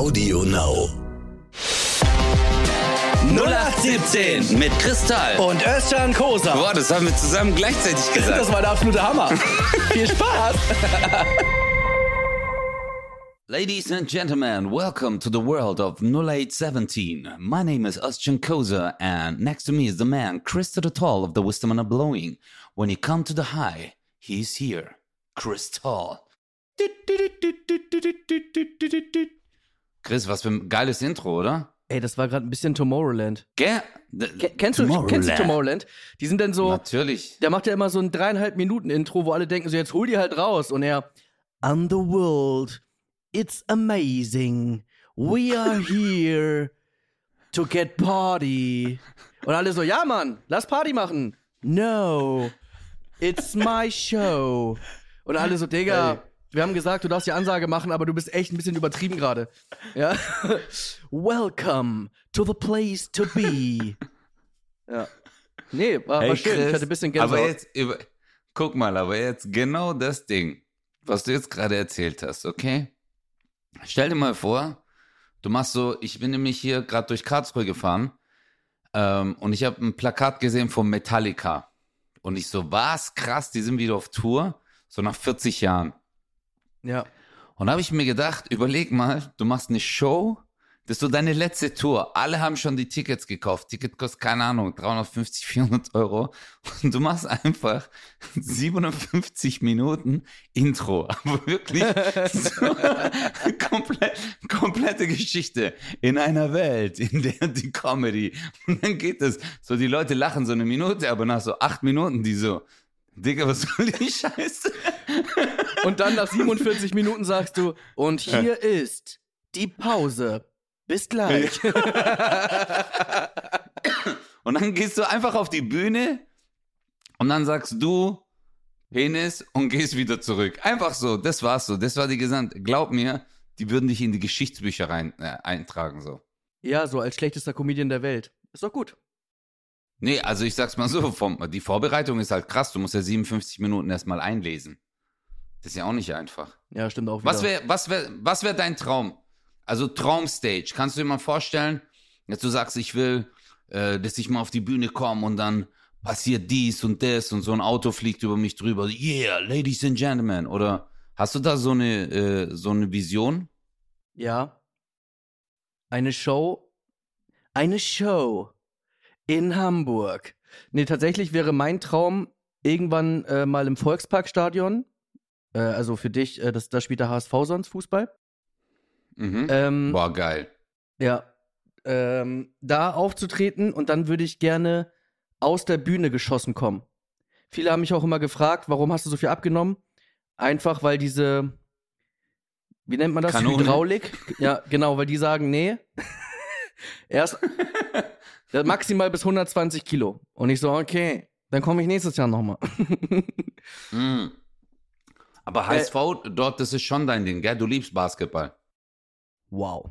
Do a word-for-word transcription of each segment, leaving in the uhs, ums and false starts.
Audio Now. null acht siebzehn mit Kristall und Özcan Kosa. Boah, das haben wir zusammen gleichzeitig gesagt. Das war der absolute Hammer. Viel Spaß. Ladies and gentlemen, welcome to the world of null acht siebzehn. My name is Özcan Kosa and next to me is the man, Krista the Tall of the Wisdom and the Blowing. When you come to the high, he's here. Kristall. Chris, was für ein geiles Intro, oder? Ey, das war gerade ein bisschen Tomorrowland. Gell? Ke- kennst, du, kennst du Tomorrowland? Die sind dann so... Natürlich. Der macht ja immer so ein dreieinhalb Minuten Intro, wo alle denken so, jetzt hol die halt raus. Und er... On the world, it's amazing. We are here to get party. Und alle so, ja Mann, lass Party machen. No, it's my show. Und alle so, Digga... Hey. Wir haben gesagt, du darfst die Ansage machen, aber du bist echt ein bisschen übertrieben gerade. Ja? Welcome to the place to be. Ja. Nee, war, hey, war schön. Chris, ich hatte ein bisschen Gänsehaut. Aber jetzt, über, guck mal, aber jetzt genau das Ding, was du jetzt gerade erzählt hast, okay? Stell dir mal vor, du machst so, ich bin nämlich hier gerade durch Karlsruhe gefahren ähm, und ich habe ein Plakat gesehen von Metallica. Und ich so, was? Krass, die sind wieder auf Tour, so nach vierzig Jahren. Ja. Und da habe ich mir gedacht, überleg mal, du machst eine Show, das ist so deine letzte Tour. Alle haben schon die Tickets gekauft. Ticket kostet, keine Ahnung, dreihundertfünfzig, vierhundert Euro. Und du machst einfach siebenundfünfzig Minuten Intro. Aber wirklich so komplett, komplette Geschichte in einer Welt, in der die Comedy. Und dann geht es so, die Leute lachen so eine Minute, aber nach so acht Minuten, die so, Digga, was soll die Scheiße? Und dann nach siebenundvierzig Minuten sagst du, und hier ist die Pause. Bis gleich. Und dann gehst du einfach auf die Bühne und dann sagst du Penis und gehst wieder zurück. Einfach so, das war's so. Das war die Gesamt. Glaub mir, die würden dich in die Geschichtsbücher rein, äh, eintragen so. Ja, so als schlechtester Comedian der Welt. Ist doch gut. Nee, also ich sag's mal so, vom, die Vorbereitung ist halt krass. Du musst ja siebenundfünfzig Minuten erstmal einlesen. Das ist ja auch nicht einfach. Ja, stimmt auch wieder. Was wäre was wär, was wär dein Traum? Also Traumstage. Kannst du dir mal vorstellen, jetzt du sagst, ich will, äh, dass ich mal auf die Bühne komme und dann passiert dies und das und so ein Auto fliegt über mich drüber. Yeah, ladies and gentlemen. Oder hast du da so eine, äh, so eine Vision? Ja. Eine Show. Eine Show. In Hamburg. Nee, tatsächlich wäre mein Traum irgendwann äh, mal im Volksparkstadion, äh, also für dich, äh, das, da spielt der H S V sonst Fußball. Mhm. Ähm, Boah, geil. Ja, ähm, da aufzutreten und dann würde ich gerne aus der Bühne geschossen kommen. Viele haben mich auch immer gefragt, warum hast du so viel abgenommen? Einfach, weil diese, wie nennt man das? Kanone. Hydraulik? Ja, genau, weil die sagen, nee, erst maximal bis hundertzwanzig Kilo. Und ich so, okay, dann komme ich nächstes Jahr nochmal. mm. Aber H S V, äh, dort, das ist schon dein Ding, gell? Du liebst Basketball. Wow.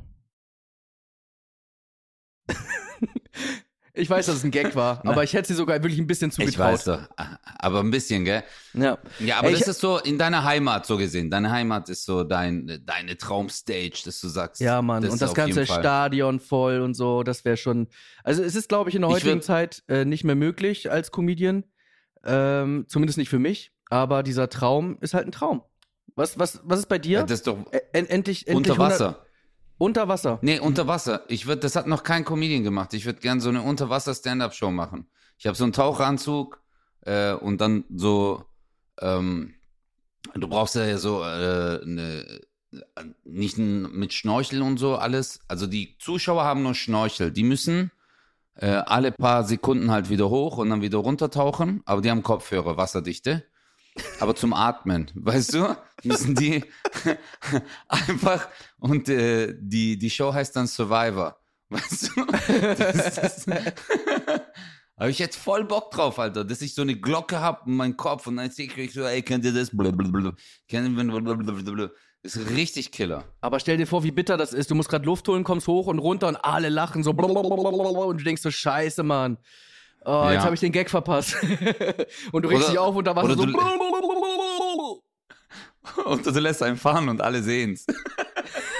Ich weiß, dass es ein Gag war, aber ich hätte sie sogar wirklich ein bisschen zugetraut. Ich weiß doch, aber ein bisschen, gell? Ja. Ja, aber Ey, das ich, ist so in deiner Heimat so gesehen. Deine Heimat ist so dein, deine Traumstage, dass du sagst. Ja, Mann, das und das ganze Stadion voll und so, das wäre schon. Also, es ist, glaube ich, in der heutigen würd, Zeit äh, nicht mehr möglich als Comedian. Ähm, zumindest nicht für mich. Aber dieser Traum ist halt ein Traum. Was, was, was ist bei dir? Ja, das ist doch Ä- endlich, endlich unter Wasser. hundert Unter Wasser? Nee, unter Wasser. Ich würd, das hat noch kein Comedian gemacht. Ich würde gerne so eine Unterwasser-Stand-Up-Show machen. Ich habe so einen Taucheranzug äh, und dann so, ähm, du brauchst ja so äh, eine, nicht ein, mit Schnorchel und so alles. Also die Zuschauer haben nur Schnorchel. Die müssen äh, alle paar Sekunden halt wieder hoch und dann wieder runtertauchen. Aber die haben Kopfhörer, Wasserdichte. Aber zum Atmen, weißt du, müssen die einfach, und äh, die, die Show heißt dann Survivor, weißt du, das, das, habe ich jetzt voll Bock drauf, Alter, dass ich so eine Glocke habe in meinem Kopf und dann sehe ich so, ey, kennt ihr das, blablabla. Kennt ihr blablabla. Das ist richtig Killer. Aber stell dir vor, wie bitter das ist, du musst gerade Luft holen, kommst hoch und runter und alle lachen so blablabla. Und du denkst so, scheiße, Mann. Oh, ja. Jetzt habe ich den Gag verpasst. Und du regst dich auf unter Wasser so. Du, und du lässt einen fahren und alle sehen's.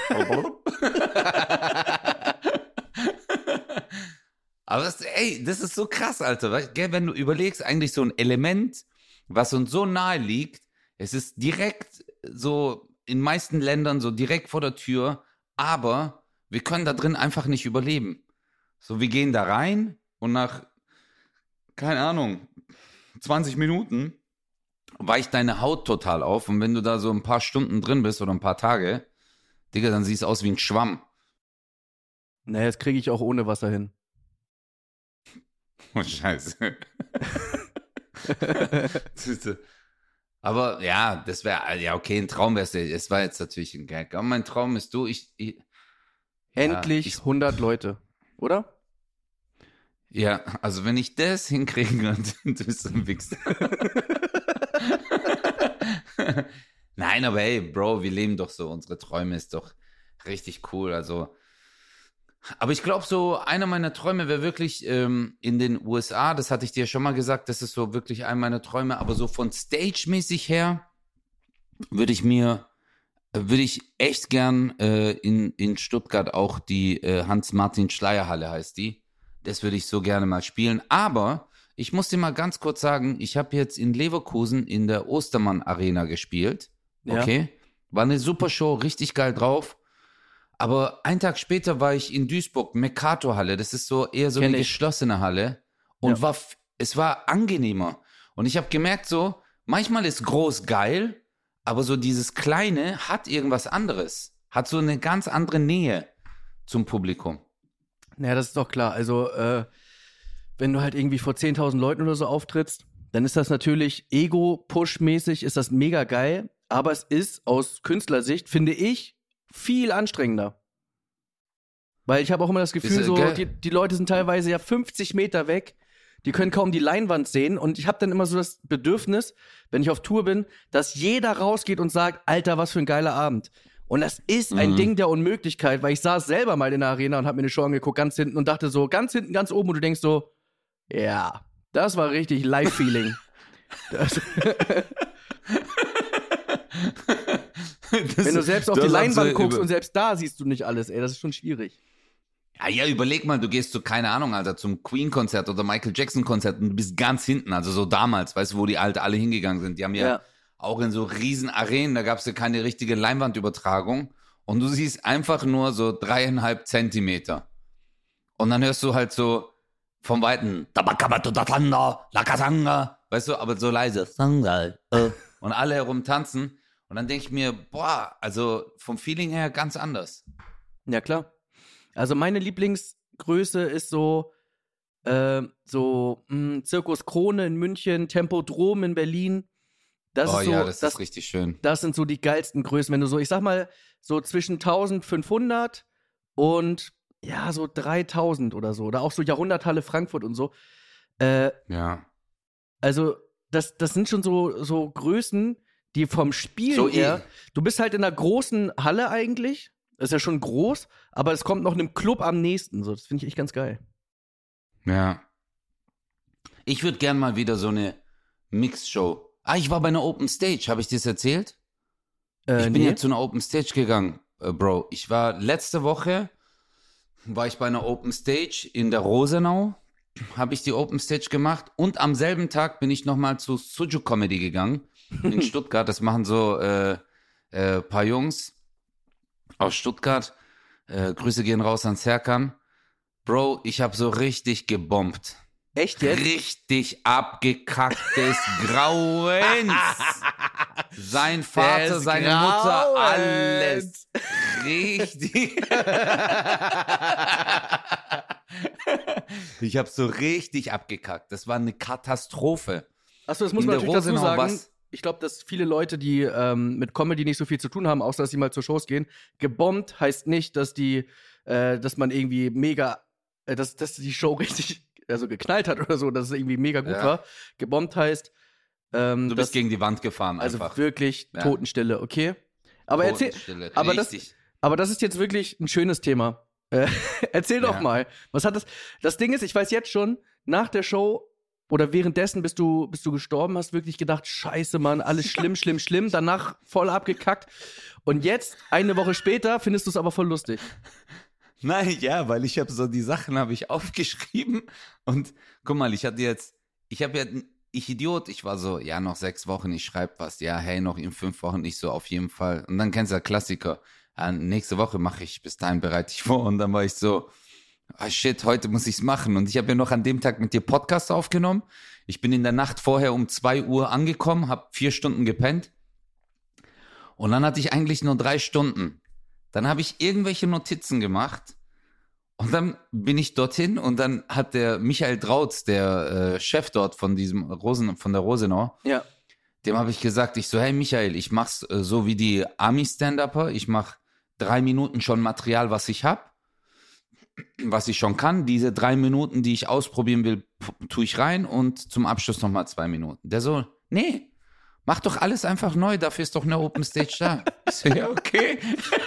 Aber das, ey, das ist so krass, Alter. Weißt, gell, wenn du überlegst, eigentlich so ein Element, was uns so nahe liegt, es ist direkt so in meisten Ländern so direkt vor der Tür, aber wir können da drin einfach nicht überleben. So, wir gehen da rein und nach, keine Ahnung, zwanzig Minuten weicht deine Haut total auf und wenn du da so ein paar Stunden drin bist oder ein paar Tage, Digga, dann siehst du aus wie ein Schwamm. Naja, das kriege ich auch ohne Wasser hin. Oh, scheiße. Aber ja, das wäre, ja okay, ein Traum wäre es. Es war jetzt natürlich ein Gag. Aber mein Traum ist du, ich... ich Endlich ja, ich, hundert Leute, oder? Ja, also wenn ich das hinkriegen könnte, du bist ein Wichser. Nein, aber hey, Bro, wir leben doch so. Unsere Träume ist doch richtig cool. Also, aber ich glaube, so einer meiner Träume wäre wirklich ähm, in den U S A. Das hatte ich dir schon mal gesagt. Das ist so wirklich einer meiner Träume. Aber so von Stage-mäßig her würde ich mir, würde ich echt gern äh, in, in Stuttgart auch die äh, Hans-Martin-Schleyer-Halle heißt die. Das würde ich so gerne mal spielen. Aber ich muss dir mal ganz kurz sagen, ich habe jetzt in Leverkusen in der Ostermann Arena gespielt. Okay. Ja. War eine super Show, richtig geil drauf. Aber einen Tag später war ich in Duisburg, Mercator-Halle. Das ist so eher so Kenn eine ich. geschlossene Halle. Und ja. war, es war angenehmer. Und ich habe gemerkt so, manchmal ist groß geil, aber so dieses Kleine hat irgendwas anderes. Hat so eine ganz andere Nähe zum Publikum. Naja, das ist doch klar. Also, äh, wenn du halt irgendwie vor zehntausend Leuten oder so auftrittst, dann ist das natürlich Ego-Push-mäßig, ist das mega geil. Aber es ist aus Künstlersicht, finde ich, viel anstrengender. Weil ich habe auch immer das Gefühl, so die, die Leute sind teilweise ja fünfzig Meter weg, die können kaum die Leinwand sehen und ich habe dann immer so das Bedürfnis, wenn ich auf Tour bin, dass jeder rausgeht und sagt, Alter, was für ein geiler Abend. Und das ist ein mhm. Ding der Unmöglichkeit, weil ich saß selber mal in der Arena und habe mir eine Show angeguckt, ganz hinten und dachte so, ganz hinten, ganz oben und du denkst so, ja, das war richtig Live-Feeling. das Das, wenn du selbst auf die Leinwand guckst und selbst da siehst du nicht alles, ey, das ist schon schwierig. Ja, ja, überleg mal, du gehst zu, keine Ahnung, Alter, zum Queen-Konzert oder Michael Jackson-Konzert und du bist ganz hinten, also so damals, weißt du, wo die Alte alle hingegangen sind. Die haben ja, ja. auch in so riesen Arenen, da gab es ja keine richtige Leinwandübertragung und du siehst einfach nur so dreieinhalb Zentimeter. Und dann hörst du halt so vom Weiten, weißt du, aber so leise. Und alle herum tanzen. Und dann denke ich mir, boah, also vom Feeling her ganz anders. Ja, klar. Also meine Lieblingsgröße ist so, äh, so mh, Zirkus Krone in München, Tempodrom in Berlin. Das oh ist so, ja, das, das ist richtig schön. Das sind so die geilsten Größen. Wenn du so, ich sag mal, so zwischen eintausendfünfhundert und ja, so dreitausend oder so. Oder auch so Jahrhunderthalle Frankfurt und so. Äh, ja. Also das, das sind schon so, so Größen, die vom Spiel so her, eh. du bist halt in einer großen Halle eigentlich, das ist ja schon groß, aber es kommt noch einem Club am nächsten, so, das finde ich echt ganz geil. Ja. Ich würde gern mal wieder so eine Mix-Show. Ah, ich war bei einer Open Stage, habe ich dir das erzählt? Äh, ich bin nee. ja zu einer Open Stage gegangen, äh, Bro. Ich war letzte Woche, war ich bei einer Open Stage in der Rosenau, habe ich die Open Stage gemacht und am selben Tag bin ich nochmal zu Suju Comedy gegangen. In Stuttgart, das machen so äh, äh, paar Jungs aus Stuttgart. Äh, Grüße gehen raus an Serkan. Bro, ich habe so richtig gebombt. Echt jetzt? Richtig abgekacktes Grauens. Sein Vater, seine Grauens. Mutter, alles. Richtig. Ich habe so richtig abgekackt. Das war eine Katastrophe. Achso, das muss man natürlich dazu sagen. Was? Ich glaube, dass viele Leute, die ähm, mit Comedy nicht so viel zu tun haben, außer dass sie mal zu Shows gehen, gebombt heißt nicht, dass die, äh, dass man irgendwie mega, äh, dass, dass die Show richtig, also geknallt hat oder so, dass es irgendwie mega gut ja. war. Gebombt heißt, ähm, du bist dass, gegen die Wand gefahren also einfach. Also wirklich ja. Totenstille, okay? Aber erzähl, aber das, aber das ist jetzt wirklich ein schönes Thema. Äh, erzähl ja. doch mal, was hat das? Das Ding ist, ich weiß jetzt schon, nach der Show oder währenddessen, bis du, bis du gestorben hast, wirklich gedacht, scheiße, Mann, alles schlimm, schlimm, schlimm, danach voll abgekackt und jetzt, eine Woche später, findest du es aber voll lustig? Nein, ja, weil ich habe so die Sachen habe ich aufgeschrieben und guck mal, ich hatte jetzt, ich habe ja, ich Idiot, ich war so, ja, noch sechs Wochen, ich schreibe was, ja, hey, noch in fünf Wochen, ich so, auf jeden Fall. Und dann kennst du ja Klassiker, ja, nächste Woche mache ich, bis dahin bereite ich vor und dann war ich so, ah shit, heute muss ich's machen. Und ich habe ja noch an dem Tag mit dir Podcast aufgenommen. Ich bin in der Nacht vorher um zwei Uhr angekommen, habe vier Stunden gepennt. Und dann hatte ich eigentlich nur drei Stunden. Dann habe ich irgendwelche Notizen gemacht. Und dann bin ich dorthin und dann hat der Michael Drautz, der äh, Chef dort von diesem Rosen, von der Rosenau, Ja. dem habe ich gesagt, ich so, hey Michael, ich mach's äh, so wie die Ami-Stand-Upper. Ich mach drei Minuten schon Material, was ich hab. Was ich schon kann, diese drei Minuten, die ich ausprobieren will, p- tue ich rein und zum Abschluss nochmal zwei Minuten. Der so, nee, mach doch alles einfach neu, dafür ist doch eine Open Stage da. Ich so, ja, okay.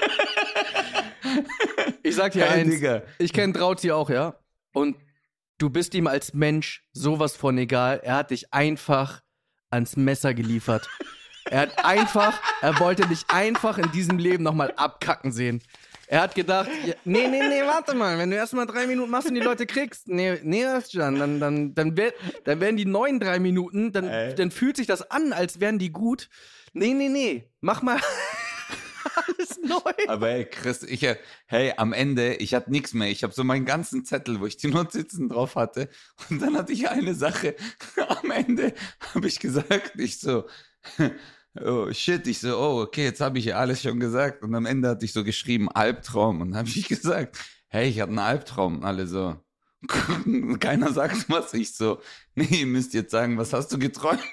Ich sag dir Hey, eins, Digga. ich kenne Drauzi auch, ja, und du bist ihm als Mensch sowas von egal, er hat dich einfach ans Messer geliefert. Er hat einfach, er wollte dich einfach in diesem Leben nochmal abkacken sehen. Er hat gedacht, ja, nee, nee, nee, warte mal, wenn du erstmal drei Minuten machst und die Leute kriegst, nee, nee, Özcan, dann, dann, dann, wär, dann werden die neuen drei Minuten, dann, Ey. dann fühlt sich das an, als wären die gut. Nee, nee, nee, mach mal alles neu. Aber hey, Chris, ich, äh, hey, am Ende, ich hatte nichts mehr. Ich habe so meinen ganzen Zettel, wo ich die Notizen drauf hatte. Und dann hatte ich eine Sache. Am Ende habe ich gesagt, ich so, oh shit, ich so, oh, okay, jetzt habe ich ja alles schon gesagt. Und am Ende hatte ich so geschrieben, Albtraum. Und dann habe ich gesagt, hey, ich hatte einen Albtraum. Und alle so, keiner sagt was. Ich so, nee, ihr müsst jetzt sagen, was hast du geträumt?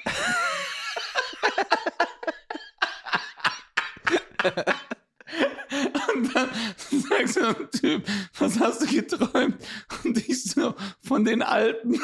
Und dann sagt so ein Typ, was hast du geträumt? Und ich so, von den Alten.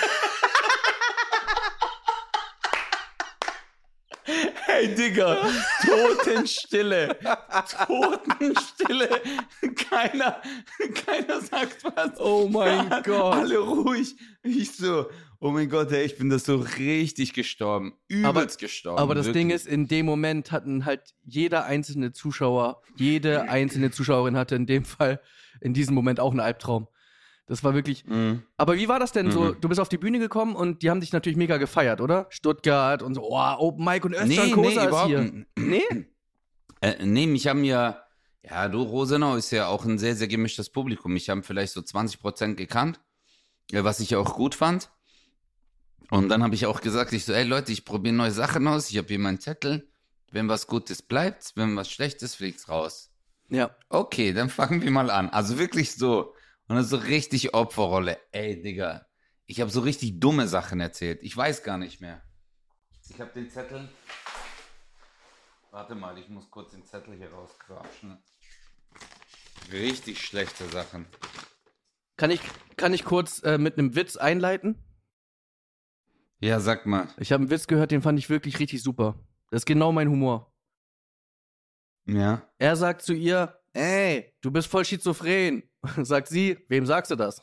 Hey, Digga, Totenstille. Totenstille. Keiner, keiner sagt was. Oh mein Gott. Alle ruhig. Ich so, oh mein Gott, hey, ich bin das so richtig gestorben. Übelst gestorben. Aber das wirklich. Ding ist, in dem Moment hatten halt jeder einzelne Zuschauer, jede einzelne Zuschauerin hatte in dem Fall in diesem Moment auch einen Albtraum. Das war wirklich. Mhm. Aber wie war das denn so? Mhm. Du bist auf die Bühne gekommen und die haben dich natürlich mega gefeiert, oder? Stuttgart und so, oh, Open Mic und Özcan Nee, Kosa nee, ist überhaupt hier. n- Nee? Äh, nee, mich haben ja, ja, du, Rosenau ist ja auch ein sehr, sehr gemischtes Publikum. Mich haben vielleicht so zwanzig Prozent gekannt, äh, was ich auch gut fand. Und dann habe ich auch gesagt, ich so, ey Leute, ich probiere neue Sachen aus, ich habe hier meinen Zettel. Wenn was Gutes bleibt, wenn was Schlechtes, fliegt's raus. Ja. Okay, dann fangen wir mal an. Also wirklich so. Und dann so richtig Opferrolle. Ey, Digga, ich habe so richtig dumme Sachen erzählt. Ich weiß gar nicht mehr. Ich habe den Zettel. Warte mal, ich muss kurz den Zettel hier rausquatschen. Richtig schlechte Sachen. Kann ich, kann ich kurz äh, mit einem Witz einleiten? Ja, sag mal. Ich habe einen Witz gehört, den fand ich wirklich richtig super. Das ist genau mein Humor. Ja. Er sagt zu ihr, ey, du bist voll schizophren. Sagt sie, wem sagst du das?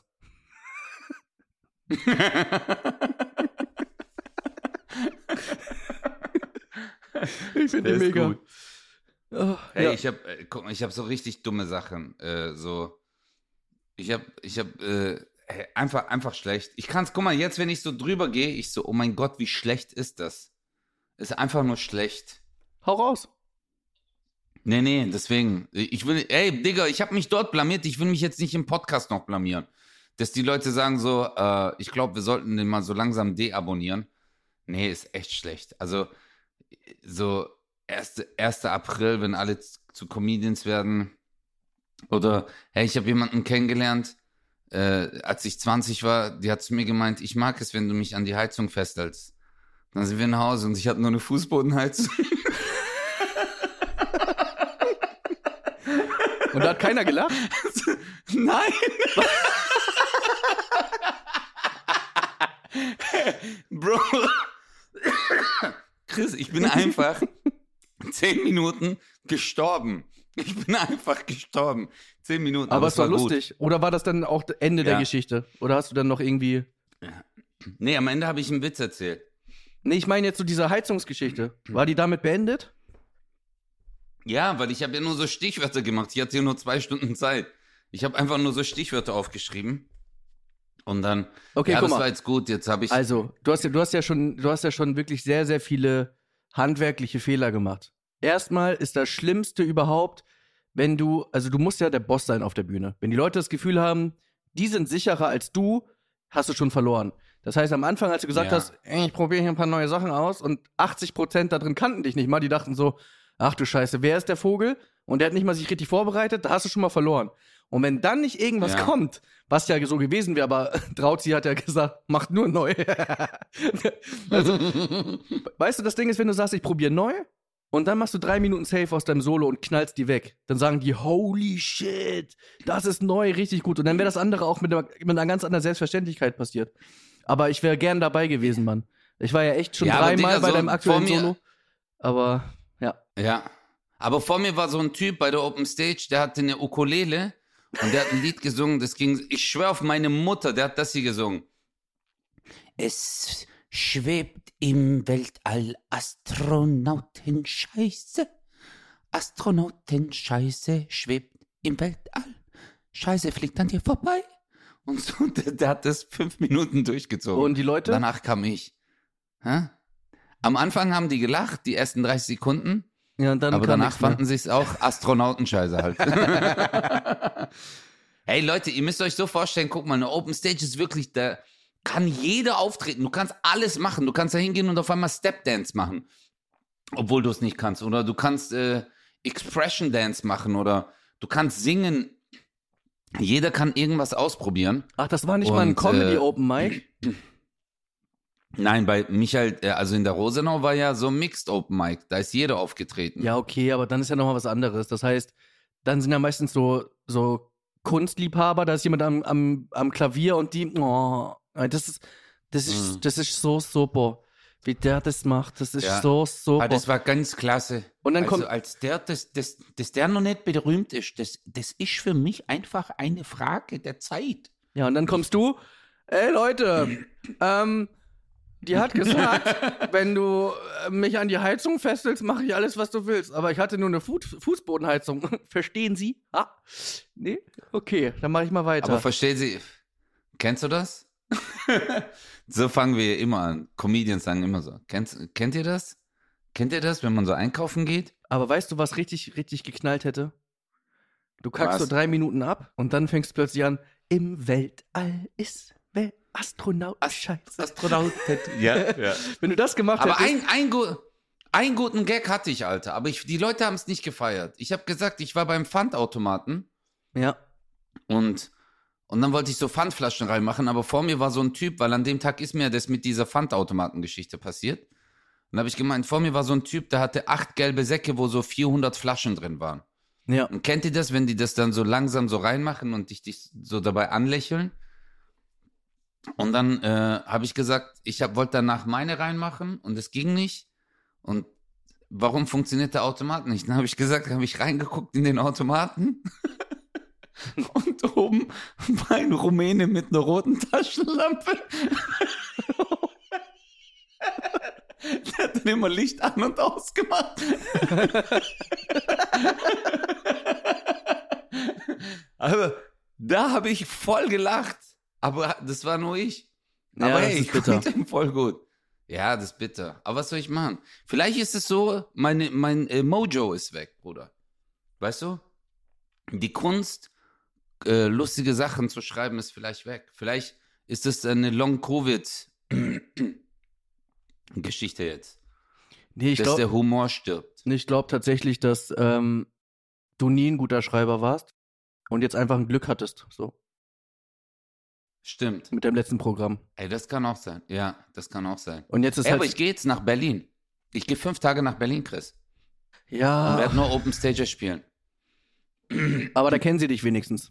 Ich finde Der den ist mega. gut. Oh, Ey, ja. ich habe, äh, guck mal, ich habe so richtig dumme Sachen. Äh, so, ich habe, ich habe, äh, hey, einfach, einfach schlecht. Ich kann's, guck mal, jetzt, wenn ich so drüber gehe, ich so, oh mein Gott, wie schlecht ist das? Ist einfach nur schlecht. Hau raus. Nee, nee, deswegen. Ich will, ey, Digga, ich habe mich dort blamiert. Ich will mich jetzt nicht im Podcast noch blamieren. Dass die Leute sagen so, äh, ich glaube, wir sollten den mal so langsam deabonnieren. Nee, ist echt schlecht. Also, so erster April, wenn alle z- zu Comedians werden. Oder, hey, ich habe jemanden kennengelernt, äh, als ich zwanzig war, die hat zu mir gemeint, ich mag es, wenn du mich an die Heizung festhältst. Dann sind wir nach Hause und ich hatte nur eine Fußbodenheizung. Und da hat keiner gelacht? Nein! Bro! Chris, ich bin einfach zehn Minuten gestorben. Ich bin einfach gestorben. Zehn Minuten. Aber es war gut. lustig. Oder war das dann auch Ende der Ja. Geschichte? Oder hast du dann noch irgendwie... Nee, am Ende habe ich einen Witz erzählt. Nee, ich meine jetzt so diese Heizungsgeschichte. War die damit beendet? Ja, weil ich habe ja nur so Stichwörter gemacht. Ich hatte hier nur zwei Stunden Zeit. Ich habe einfach nur so Stichwörter aufgeschrieben. Und dann, Okay, ja, guck das mal. war jetzt gut. Jetzt habe ich... Also, du hast ja, du hast ja schon, du hast ja schon wirklich sehr, sehr viele handwerkliche Fehler gemacht. Erstmal ist das Schlimmste überhaupt, wenn du, also du musst ja der Boss sein auf der Bühne. Wenn die Leute das Gefühl haben, die sind sicherer als du, hast du schon verloren. Das heißt, am Anfang, als du gesagt Ja. hast, ey, ich probiere hier ein paar neue Sachen aus und achtzig Prozent da drin kannten dich nicht mal, die dachten so, ach du Scheiße, wer ist der Vogel? Und der hat nicht mal sich richtig vorbereitet, da hast du schon mal verloren. Und wenn dann nicht irgendwas Ja. kommt, was ja so gewesen wäre, aber Drauzi hat ja gesagt, macht nur neu. Also, weißt du, das Ding ist, wenn du sagst, ich probiere neu und dann machst du drei Minuten Safe aus deinem Solo und knallst die weg, dann sagen die, holy shit, das ist neu, richtig gut. Und dann wäre das andere auch mit einer, mit einer ganz anderen Selbstverständlichkeit passiert. Aber ich wäre gern dabei gewesen, Mann. Ich war ja echt schon Ja, aber dreimal Digga, bei so deinem aktuellen vor mir- Solo. Aber, ja. Ja. Aber vor mir war so ein Typ bei der Open Stage, der hatte eine Ukulele und der hat ein Lied gesungen, das ging, ich schwöre auf meine Mutter, der hat das hier gesungen. Es schwebt im Weltall Astronautenscheiße. Astronautenscheiße schwebt im Weltall. Scheiße fliegt an dir vorbei. Und so, der, der hat das fünf Minuten durchgezogen. Und die Leute? Danach kam ich. Hä? Am Anfang haben die gelacht, die ersten dreißig Sekunden. Ja, und dann Aber kam danach nichts mehr. fanden sie es auch Astronautenscheiße halt. Hey Leute, ihr müsst euch so vorstellen, guck mal, eine Open Stage ist wirklich, da kann jeder auftreten. Du kannst alles machen. Du kannst da hingehen und auf einmal Step Dance machen. Obwohl du es nicht kannst. Oder du kannst äh, Expression Dance machen oder du kannst singen. Jeder kann irgendwas ausprobieren. Ach, das war nicht mal ein Und, Comedy äh, Open Mic? Nein, bei Michael, äh, also in der Rosenau war ja so Mixed Open Mic. Da ist jeder aufgetreten. Ja, okay, aber dann ist ja nochmal was anderes. Das heißt, dann sind ja meistens so, so Kunstliebhaber, da ist jemand am, am, am Klavier und die, oh, das ist, das ist, Mhm. das ist so super, wie der das macht. Das ist Ja. so super. Ah, das war ganz klasse. Und dann also, kommt- als der, das, das, dass der noch nicht berühmt ist, das, das ist für mich einfach eine Frage der Zeit. Ja, und dann kommst du, ey Leute, ähm, die hat gesagt, wenn du äh, mich an die Heizung fesselst, mache ich alles, was du willst. Aber ich hatte nur eine Fu Fußbodenheizung. Verstehen Sie? Ah, nee? Okay, dann mache ich mal weiter. Aber verstehen Sie, kennst du das? So fangen wir immer an. Comedians sagen immer so. Kennt, kennt ihr das? Kennt ihr das, wenn man so einkaufen geht? Aber weißt du, was richtig, richtig geknallt hätte? Du kackst Was? so drei Minuten ab und dann fängst du plötzlich an, im Weltall ist Wel Astronaut. Scheiße. Astronauten. Ja, ja. Wenn du das gemacht Aber hättest. ein, ein, gu- einen guten Gag hatte ich, Alter. Aber ich, die Leute haben es nicht gefeiert. Ich habe gesagt, ich war beim Pfandautomaten. Ja. Und, und dann wollte ich so Pfandflaschen reinmachen, aber vor mir war so ein Typ, weil an dem Tag ist mir das mit dieser Pfandautomatengeschichte passiert. Und dann habe ich gemeint, vor mir war so ein Typ, der hatte acht gelbe Säcke, wo so vierhundert Flaschen drin waren. Ja. Und kennt ihr das, wenn die das dann so langsam so reinmachen und dich, dich so dabei anlächeln? Und dann äh, habe ich gesagt, ich hab, wollte danach meine reinmachen und es ging nicht. Und warum funktioniert der Automat nicht? Dann habe ich gesagt, habe ich reingeguckt in den Automaten und oben war ein Rumäne mit einer roten Taschenlampe. Der hat dann immer Licht an und ausgemacht. Aber da habe ich voll gelacht. Aber das war nur ich. Ja, Aber das hey, ist ich bitter. konnte ihn voll gut. Ja, das ist bitter. Aber was soll ich machen? Vielleicht ist es so, meine, mein äh, Mojo ist weg, Bruder. Weißt du? Die Kunst, äh, lustige Sachen zu schreiben, ist vielleicht weg. Vielleicht ist es eine Long-Covid-Geschichte jetzt. Nee, ich dass glaube der Humor stirbt. ich glaub tatsächlich, dass ähm, du nie ein guter Schreiber warst und jetzt einfach ein Glück hattest. So. Stimmt. Mit dem letzten Programm. Ey, das kann auch sein. Ja, das kann auch sein. Und jetzt ist Ey, aber halt. ich gehe jetzt nach Berlin. Ich gehe fünf Tage nach Berlin, Chris. Und ja, werde nur Open Stages spielen. aber da kennen sie dich wenigstens.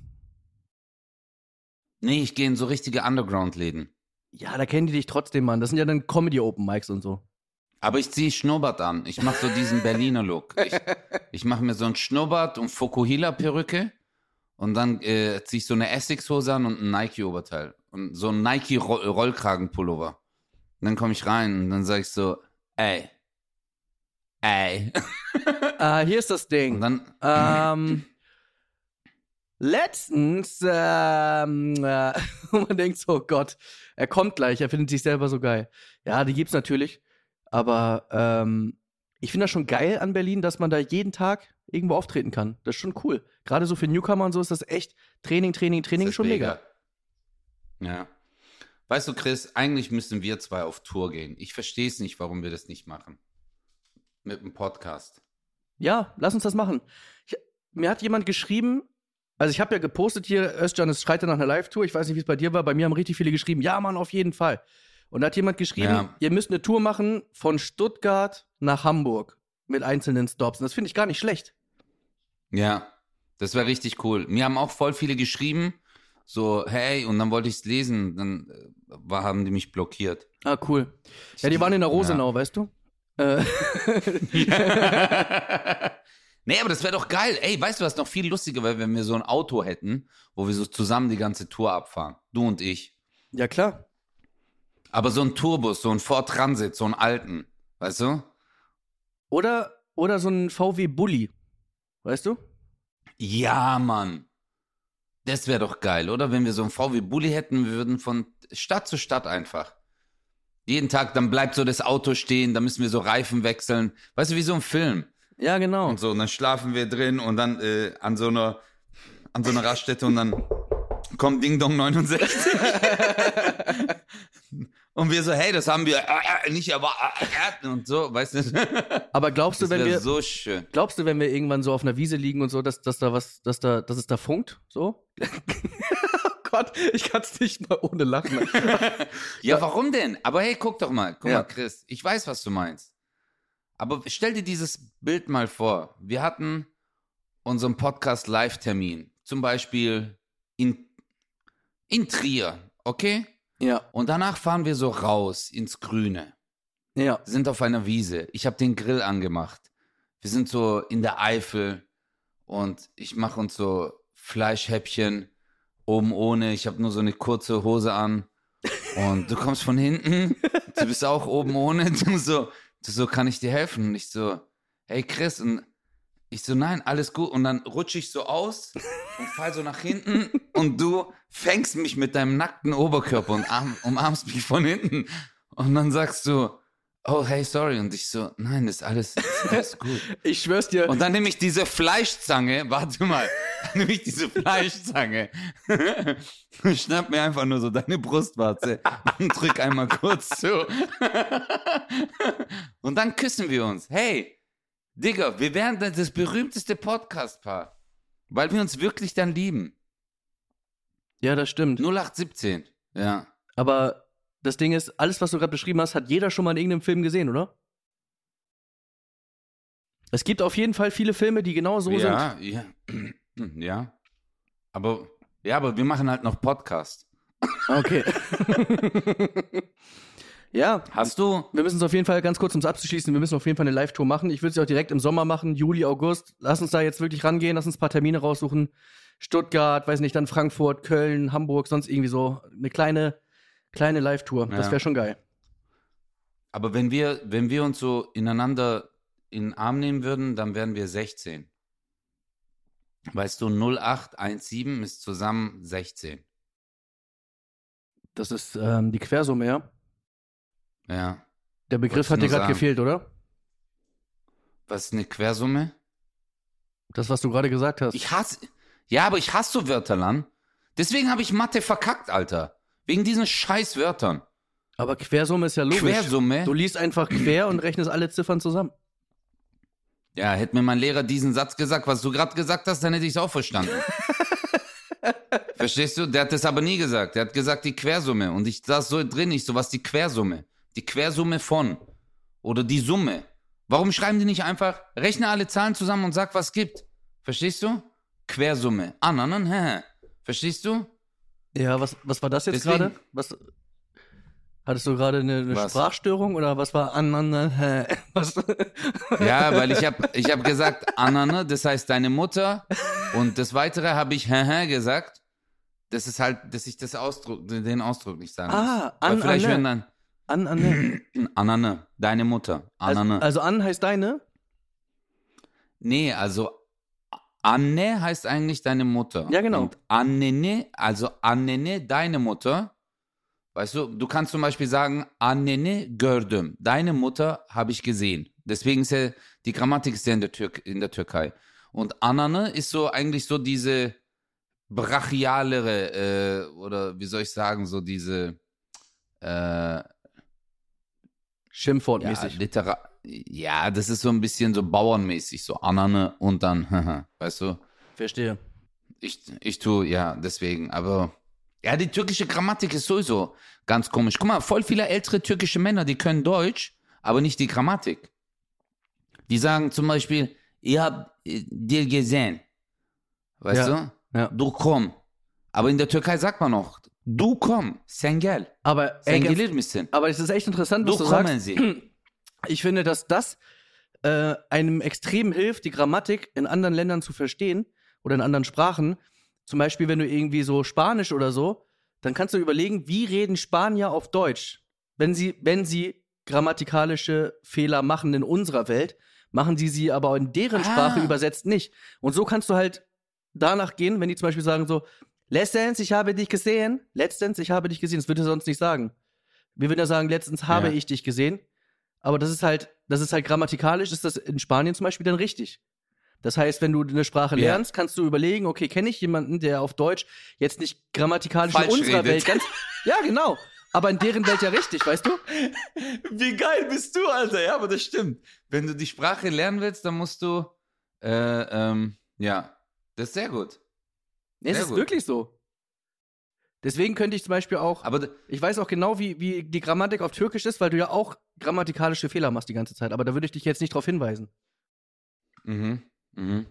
Nee, ich gehe in so richtige Underground-Läden. Ja, da kennen die dich trotzdem, Mann. Das sind ja dann Comedy-Open-Mics und so. Aber ich ziehe Schnurrbart an. Ich mache so diesen Berliner Look. Ich, ich mache mir so einen Schnurrbart und Fokuhila-Perücke und dann äh, ziehe ich so eine Essex-Hose an und ein Nike-Oberteil. und so ein Nike-Rollkragenpullover. Und dann komme ich rein und dann sage ich so, ey, ey. Ah, hier ist das Ding. Und dann, ähm, letztens, ähm, äh, und man denkt so, oh Gott, er kommt gleich, er findet sich selber so geil. Ja, die gibt's natürlich, aber ähm, ich finde das schon geil an Berlin, dass man da jeden Tag irgendwo auftreten kann. Das ist schon cool. Gerade so für Newcomer und so ist das echt Training, Training, Training ist schon mega. mega. Ja. Weißt du, Chris, eigentlich müssen wir zwei auf Tour gehen. Ich verstehe es nicht, warum wir das nicht machen. Mit dem Podcast. Ja, lass uns das machen. Ich, mir hat jemand geschrieben, also ich habe ja gepostet hier, Özcan, es schreit ja nach einer Live-Tour. Ich weiß nicht, wie es bei dir war. Bei mir haben richtig viele geschrieben, ja, Mann, auf jeden Fall. Und da hat jemand geschrieben, Ja. ihr müsst eine Tour machen von Stuttgart nach Hamburg mit einzelnen Stops. Und das finde ich gar nicht schlecht. Ja, das wäre richtig cool. Mir haben auch voll viele geschrieben, so, hey, und dann wollte ich es lesen, dann äh, war, haben die mich blockiert. Ah, cool. Ja, die waren in der Rosenau, Ja. weißt du? Äh, Nee, aber das wäre doch geil. Ey, weißt du, was noch viel lustiger wäre, wenn wir so ein Auto hätten, wo wir so zusammen die ganze Tour abfahren. Du und ich. ja, klar. Aber so ein Tourbus, so ein Ford Transit, so einen alten, weißt du? Oder, oder so ein V W Bulli. Weißt du? Ja, Mann. Das wäre doch geil, oder? Wenn wir so einen V W Bulli hätten, wir würden von Stadt zu Stadt einfach. Jeden Tag, dann bleibt so das Auto stehen, dann müssen wir so Reifen wechseln. Weißt du, wie so ein Film. Ja, genau. Und so, und dann schlafen wir drin und dann äh, an so einer an so einer Raststätte und dann kommt Ding Dong neunundsechzig. Und wir so, hey, das haben wir äh, nicht erwartet und so, weißt du? Aber glaubst du, Das wenn wäre wir so schön. glaubst du, wenn wir irgendwann so auf einer Wiese liegen und so, dass, dass da was, dass da, dass es da funkt? So? Oh Gott, ich kann es nicht mal ohne lachen. Ja, warum denn? Aber hey, guck doch mal, guck Ja. mal, Chris, ich weiß, was du meinst. Aber stell dir dieses Bild mal vor. Wir hatten unseren Podcast-Live-Termin, zum Beispiel in, in Trier, okay? Ja, Und danach fahren wir so raus ins Grüne. ja. Sind auf einer Wiese. Ich habe den Grill angemacht. Wir sind so in der Eifel und ich mache uns so Fleischhäppchen oben ohne. Ich habe nur so eine kurze Hose an und du kommst von hinten. Du bist auch oben ohne. Du so, du so, kann ich dir helfen? Und ich so, hey Chris. Und ich so, nein, alles gut. Und dann rutsche ich so aus und fall so nach hinten und du fängst mich mit deinem nackten Oberkörper und arm, umarmst mich von hinten. Und dann sagst du, oh, hey, sorry. Und ich so, nein, das ist alles, das ist alles gut. Ich schwör's dir. Und dann nehme ich diese Fleischzange, warte mal, dann nehme ich diese Fleischzange und schnapp mir einfach nur so deine Brustwarze und drück einmal kurz zu. Und dann küssen wir uns. Hey, Digga, wir wären das berühmteste Podcast-Paar, weil wir uns wirklich dann lieben. Ja, das stimmt. null acht siebzehn, ja. Aber das Ding ist, alles, was du gerade beschrieben hast, hat jeder schon mal in irgendeinem Film gesehen, oder? Es gibt auf jeden Fall viele Filme, die genau so sind. Ja, ja, ja. Aber, ja, aber wir machen halt noch Podcast. Okay. Ja, Hast du? wir müssen es auf jeden Fall ganz kurz, um es abzuschließen, wir müssen auf jeden Fall eine Live-Tour machen. Ich würde es auch direkt im Sommer machen, Juli, August. Lass uns da jetzt wirklich rangehen, lass uns ein paar Termine raussuchen. Stuttgart, weiß nicht, dann Frankfurt, Köln, Hamburg, sonst irgendwie so eine kleine, kleine Live-Tour. Das Ja. wäre schon geil. Aber wenn wir, wenn wir uns so ineinander in den Arm nehmen würden, dann wären wir sechzehn. Weißt du, null acht siebzehn ist zusammen sechzehn. Das ist ähm, die Quersumme, ja? Ja. Der Begriff Wolltest hat du dir nur gerade sagen. gefehlt, oder? Was ist eine Quersumme? Das, was du gerade gesagt hast. Ich hasse. Ja, aber ich hasse so Wörter, Lan. Deswegen habe ich Mathe verkackt, Alter. Wegen diesen scheiß Wörtern. Aber Quersumme ist ja logisch. Quersumme? Du liest einfach quer und rechnest alle Ziffern zusammen. Ja, hätte mir mein Lehrer diesen Satz gesagt, was du gerade gesagt hast, dann hätte ich es auch verstanden. Verstehst du? Der hat das aber nie gesagt. Der hat gesagt, die Quersumme. Und ich saß so drin, ich so, was die Quersumme? Die Quersumme von. Oder die Summe. Warum schreiben die nicht einfach, rechne alle Zahlen zusammen und sag, was es gibt? Verstehst du? Quersumme. Ah, na, na, hä. Verstehst du? Ja, was, was war das jetzt Deswegen- gerade? Was hattest du gerade eine, eine Was? Sprachstörung oder was war an, an, an hä? Was? Ja, weil ich habe ich hab gesagt, Anane, das heißt deine Mutter. Und das Weitere habe ich hä, hä gesagt. das ist halt, dass ich das Ausdruck, den Ausdruck nicht sagen Ah, muss. Weil an, vielleicht Anne. hören dann An, Anne. Anane, deine Mutter. Also, Anane. also An heißt deine? Nee, also Anne heißt eigentlich deine Mutter. Ja, genau. Und Annene, also Annene, deine Mutter. Weißt du, du kannst zum Beispiel sagen, Annene gördüm. Deine Mutter habe ich gesehen. Deswegen ist ja, die Grammatik ist ja in der, Tür in der Türkei. Und Anane ist so eigentlich so diese brachialere, äh, oder wie soll ich sagen, so diese äh, Schimpfwortmäßig. Ja, Litera ja, das ist so ein bisschen so bauernmäßig, so Anane und dann, haha, weißt du? Verstehe. Ich, ich tue, ja, deswegen, aber ja, die türkische Grammatik ist sowieso ganz komisch. Guck mal, voll viele ältere türkische Männer, die können Deutsch, aber nicht die Grammatik. Die sagen zum Beispiel, ich hab äh, dir gesehen, weißt Ja, du? ja. Du komm. Aber in der Türkei sagt man noch, du komm, sen gel. Aber, Sen ey, gelir ganz, misin? aber es ist echt interessant, was Du du kommen sagst. sie. Ich finde, dass das äh, einem extrem hilft, die Grammatik in anderen Ländern zu verstehen oder in anderen Sprachen. Zum Beispiel, wenn du irgendwie so Spanisch oder so, dann kannst du überlegen, wie reden Spanier auf Deutsch? Wenn sie, wenn sie grammatikalische Fehler machen in unserer Welt, machen sie sie aber in deren Ah. Sprache übersetzt nicht. Und so kannst du halt danach gehen, wenn die zum Beispiel sagen so, letztens, ich habe dich gesehen. Letztens, ich habe dich gesehen. Das würde er sonst nicht sagen. Wir würden ja sagen, letztens habe Ja. ich dich gesehen. Aber das ist halt, das ist halt grammatikalisch, ist das in Spanien zum Beispiel dann richtig. Das heißt, wenn du eine Sprache Ja. lernst, kannst du überlegen, okay, kenne ich jemanden, der auf Deutsch jetzt nicht grammatikalisch Falsch in unserer redet. Welt ganz. Ja, genau. Aber in deren Welt ja richtig, weißt du? Wie geil bist du, Alter? Ja, aber das stimmt. Wenn du die Sprache lernen willst, dann musst du, äh, ähm, ja, das ist sehr gut. Es Sehr ist gut. wirklich so. Deswegen könnte ich zum Beispiel auch, Aber d- ich weiß auch genau, wie, wie die Grammatik auf Türkisch ist, weil du ja auch grammatikalische Fehler machst die ganze Zeit. Aber da würde ich dich jetzt nicht drauf hinweisen. mhm, mhm.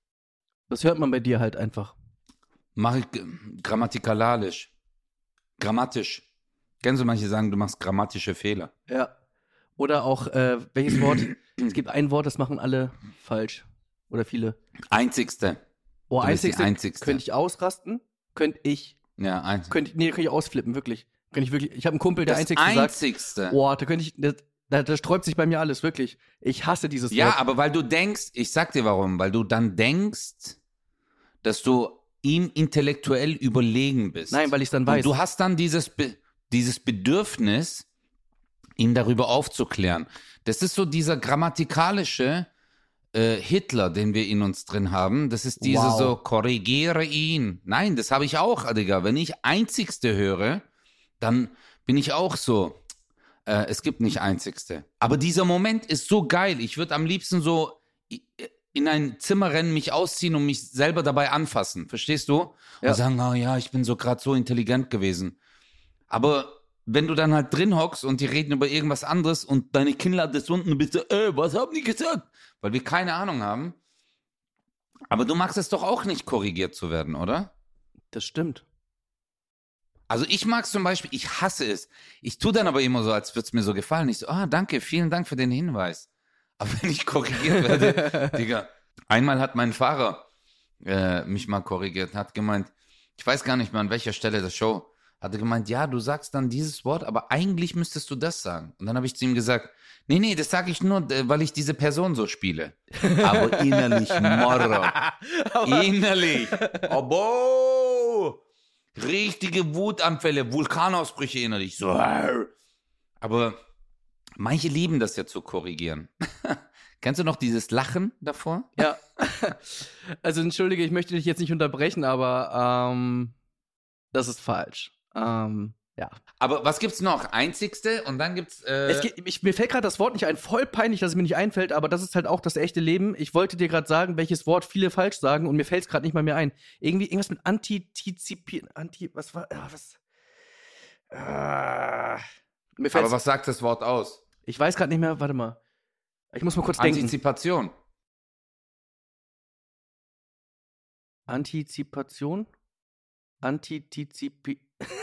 Das hört man bei dir halt einfach. Mache ich g- grammatikalisch. Grammatisch. Kennst du manche sagen, du machst grammatische Fehler? Ja. Oder auch, äh, welches Wort? Es gibt ein Wort, das machen alle falsch. Oder viele. Einzigste. Oh, Du bist die einzigste, Einzigste. könnte ich ausrasten? Könnte ich, Ja, ein könnte ich, nee, könnte ich ausflippen, wirklich. Könnte ich wirklich, ich habe einen Kumpel, der das einzigste sagt, Einzigste. boah, da könnte ich, das, da, da sträubt sich bei mir alles, wirklich. Ich hasse dieses Ja, Wort. aber weil du denkst, ich sag dir warum, weil du dann denkst, dass du ihm intellektuell überlegen bist. Nein, weil ich es dann Und weiß. du hast dann dieses, Be dieses Bedürfnis, ihn darüber aufzuklären. Das ist so dieser grammatikalische äh, Hitler, den wir in uns drin haben. Das ist diese Wow. so, korrigiere ihn. Nein, das habe ich auch, Digga. Wenn ich Einzigste höre, dann bin ich auch so, äh, es gibt nicht Einzigste. Aber dieser Moment ist so geil. Ich würde am liebsten so i- in ein Zimmer rennen, mich ausziehen und mich selber dabei anfassen. Verstehst du? Ja. Und sagen, oh ja, ich bin so gerade so intelligent gewesen. Aber wenn du dann halt drin hockst und die reden über irgendwas anderes und deine Kinnlade ist unten und bist so, äh, was haben die gesagt? Weil wir keine Ahnung haben. Aber du magst es doch auch nicht, korrigiert zu werden, oder? Das stimmt. Also ich mag es zum Beispiel, ich hasse es. Ich tue dann aber immer so, als würde es mir so gefallen. Ich so, ah, danke, vielen Dank für den Hinweis. Aber wenn ich korrigiert werde, Digga. Einmal hat mein Fahrer äh, mich mal korrigiert, hat gemeint, ich weiß gar nicht mehr an welcher Stelle der Show, hat er gemeint, ja, du sagst dann dieses Wort, aber eigentlich müsstest du das sagen. Und dann habe ich zu ihm gesagt, nee, nee, das sage ich nur, äh, weil ich diese Person so spiele. Aber innerlich, Morro. Innerlich. Abo! Richtige Wutanfälle, Vulkanausbrüche innerlich. So. Aber manche lieben das ja zu korrigieren. Kennst du noch dieses Lachen davor? Ja. Also entschuldige, ich möchte dich jetzt nicht unterbrechen, aber ähm, das ist falsch. Ähm, ja. Aber was gibt's noch? Einzigste und dann gibt's. Äh, Es geht, ich, mir fällt gerade das Wort nicht ein. Voll peinlich, dass es mir nicht einfällt, aber das ist halt auch das echte Leben. Ich wollte dir gerade sagen, welches Wort viele falsch sagen und mir fällt es gerade nicht mal mehr ein. Irgendwie irgendwas mit Antizipieren. Anti, was war. Ah, was. Ah, mir fällt's, aber was sagt das Wort aus? ich weiß gerade nicht mehr. Warte mal. Ich muss mal kurz denken. Antizipation. Antizipation? Antizipi.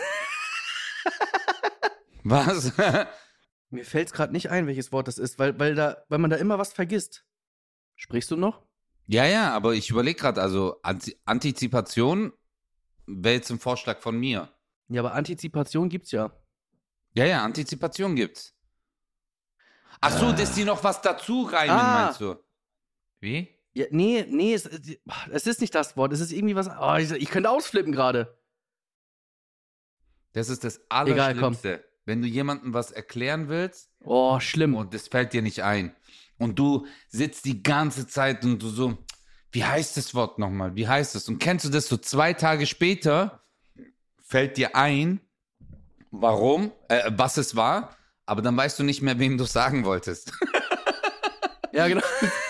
Was? Mir fällt es gerade nicht ein, welches Wort das ist, weil, weil, da, weil man da immer was vergisst. Sprichst du noch? ja, ja, aber ich überlege gerade, also Anti Antizipation wäre jetzt ein Vorschlag von mir. Ja, aber Antizipation gibt's ja. Ja, ja, Antizipation gibt's. Ach so, dass die noch was dazu reimen, Ah. meinst du? Wie? Ja, nee, nee, es, es ist nicht das Wort. Es ist irgendwie was. Oh, ich, ich könnte ausflippen gerade. Das ist das Egal, komm. Allerschlimmste. Wenn du jemandem was erklären willst Oh, schlimm. und das fällt dir nicht ein. Und du sitzt die ganze Zeit und du so, wie heißt das Wort nochmal? Wie heißt es? Und kennst du das so zwei Tage später, fällt dir ein, warum, äh, was es war, aber dann weißt du nicht mehr, wem du es sagen wolltest. Ja, genau.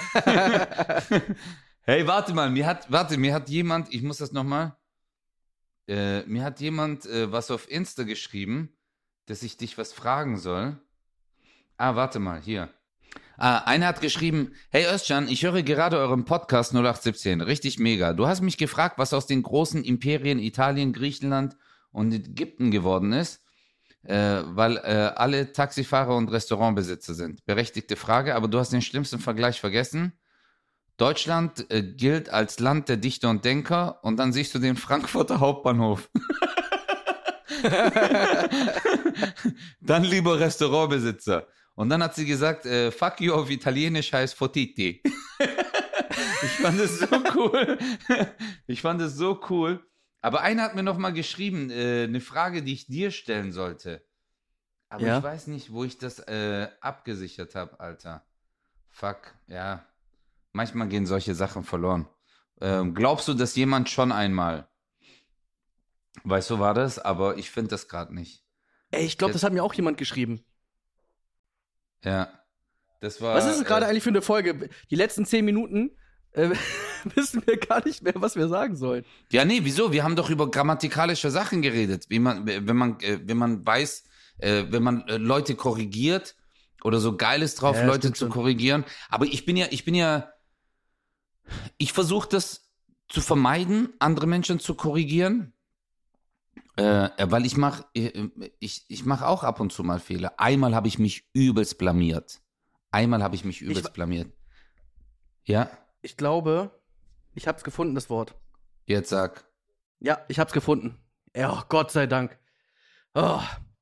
Hey, warte mal, mir hat, warte, mir hat jemand, ich muss das nochmal, äh, mir hat jemand äh, was auf Insta geschrieben, dass ich dich was fragen soll. Ah, warte mal, hier. Ah, einer hat geschrieben, hey Özcan, ich höre gerade euren Podcast null acht siebzehn, richtig mega. Du hast mich gefragt, was aus den großen Imperien Italien, Griechenland und Ägypten geworden ist, äh, weil äh, alle Taxifahrer und Restaurantbesitzer sind. Berechtigte Frage, aber du hast den schlimmsten Vergleich vergessen. Deutschland äh, gilt als Land der Dichter und Denker und dann siehst du den Frankfurter Hauptbahnhof. Dann lieber Restaurantbesitzer. Und dann hat sie gesagt, äh, fuck you auf Italienisch heißt Fotiti. Ich fand es so cool. Ich fand es so cool. Aber einer hat mir noch mal geschrieben, äh, eine Frage, die ich dir stellen sollte. Aber Ja? ich weiß nicht, wo ich das äh, abgesichert habe, Alter. Fuck, ja. Manchmal gehen solche Sachen verloren. Ähm, glaubst du, dass jemand schon einmal, weißt du, war das? Aber ich finde das gerade nicht. Ey, ich glaube, das hat mir auch jemand geschrieben. Ja. Das war. Was ist es gerade äh, eigentlich für eine Folge? Die letzten zehn Minuten äh, wissen wir gar nicht mehr, was wir sagen sollen. Ja, nee, wieso? Wir haben doch über grammatikalische Sachen geredet. Wie man, wenn man, äh, wenn man weiß, äh, wenn man äh, Leute korrigiert oder so geil ist drauf, Ja, Leute stimmt zu schon. korrigieren. Aber ich bin ja, ich bin ja, ich versuche das zu vermeiden, andere Menschen zu korrigieren. Äh, weil ich mache ich, ich mach auch ab und zu mal Fehler. Einmal habe ich mich übelst blamiert. Einmal habe ich mich übelst Ich- blamiert. Ja, Ich glaube, ich hab's gefunden, das Wort. jetzt sag. Ja, ich hab's gefunden. Ja, oh, Gott sei Dank. Oh.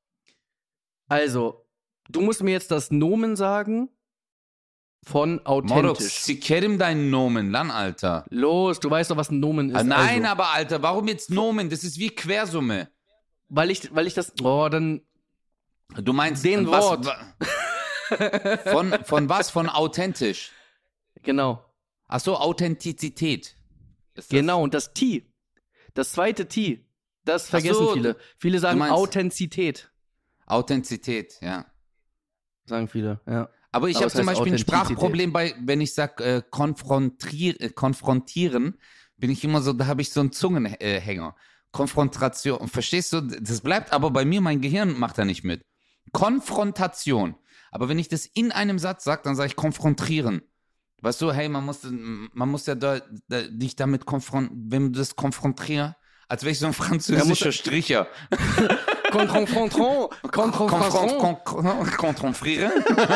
Also, du musst mir jetzt das Nomen sagen von Morox, authentisch. sie kennen deinen Nomen, lan, Alter. Los, du weißt doch, was ein Nomen ist. Ah, nein, also. aber Alter, warum jetzt Nomen? Das ist wie Quersumme. Weil ich, weil ich das. Oh, dann. Du meinst Den was, Wort. wa- Von, von was? Von authentisch. Genau. Ach so, Authentizität. Ist das- Genau, und das T. Das zweite T. Das vergessen so, viele. du- Viele sagen meinst- Authentizität. Authentizität, ja. Sagen viele, ja. Aber ich Aber habe es zum heißt Beispiel ein Authentizität. Sprachproblem bei, wenn ich sag äh, konfrontier, äh, konfrontieren, bin ich immer so, da habe ich so einen Zungenhänger. Konfrontation, verstehst du? Das bleibt aber bei mir, mein Gehirn macht da nicht mit. Konfrontation. Aber wenn ich das in einem Satz sage, dann sage ich konfrontieren. Weißt du, hey, man muss, man muss ja da, da, dich damit konfrontieren, wenn du das konfrontierst, als wäre ich so ein französischer Stricher. Confrontation. Confrontation. Konfrontieren?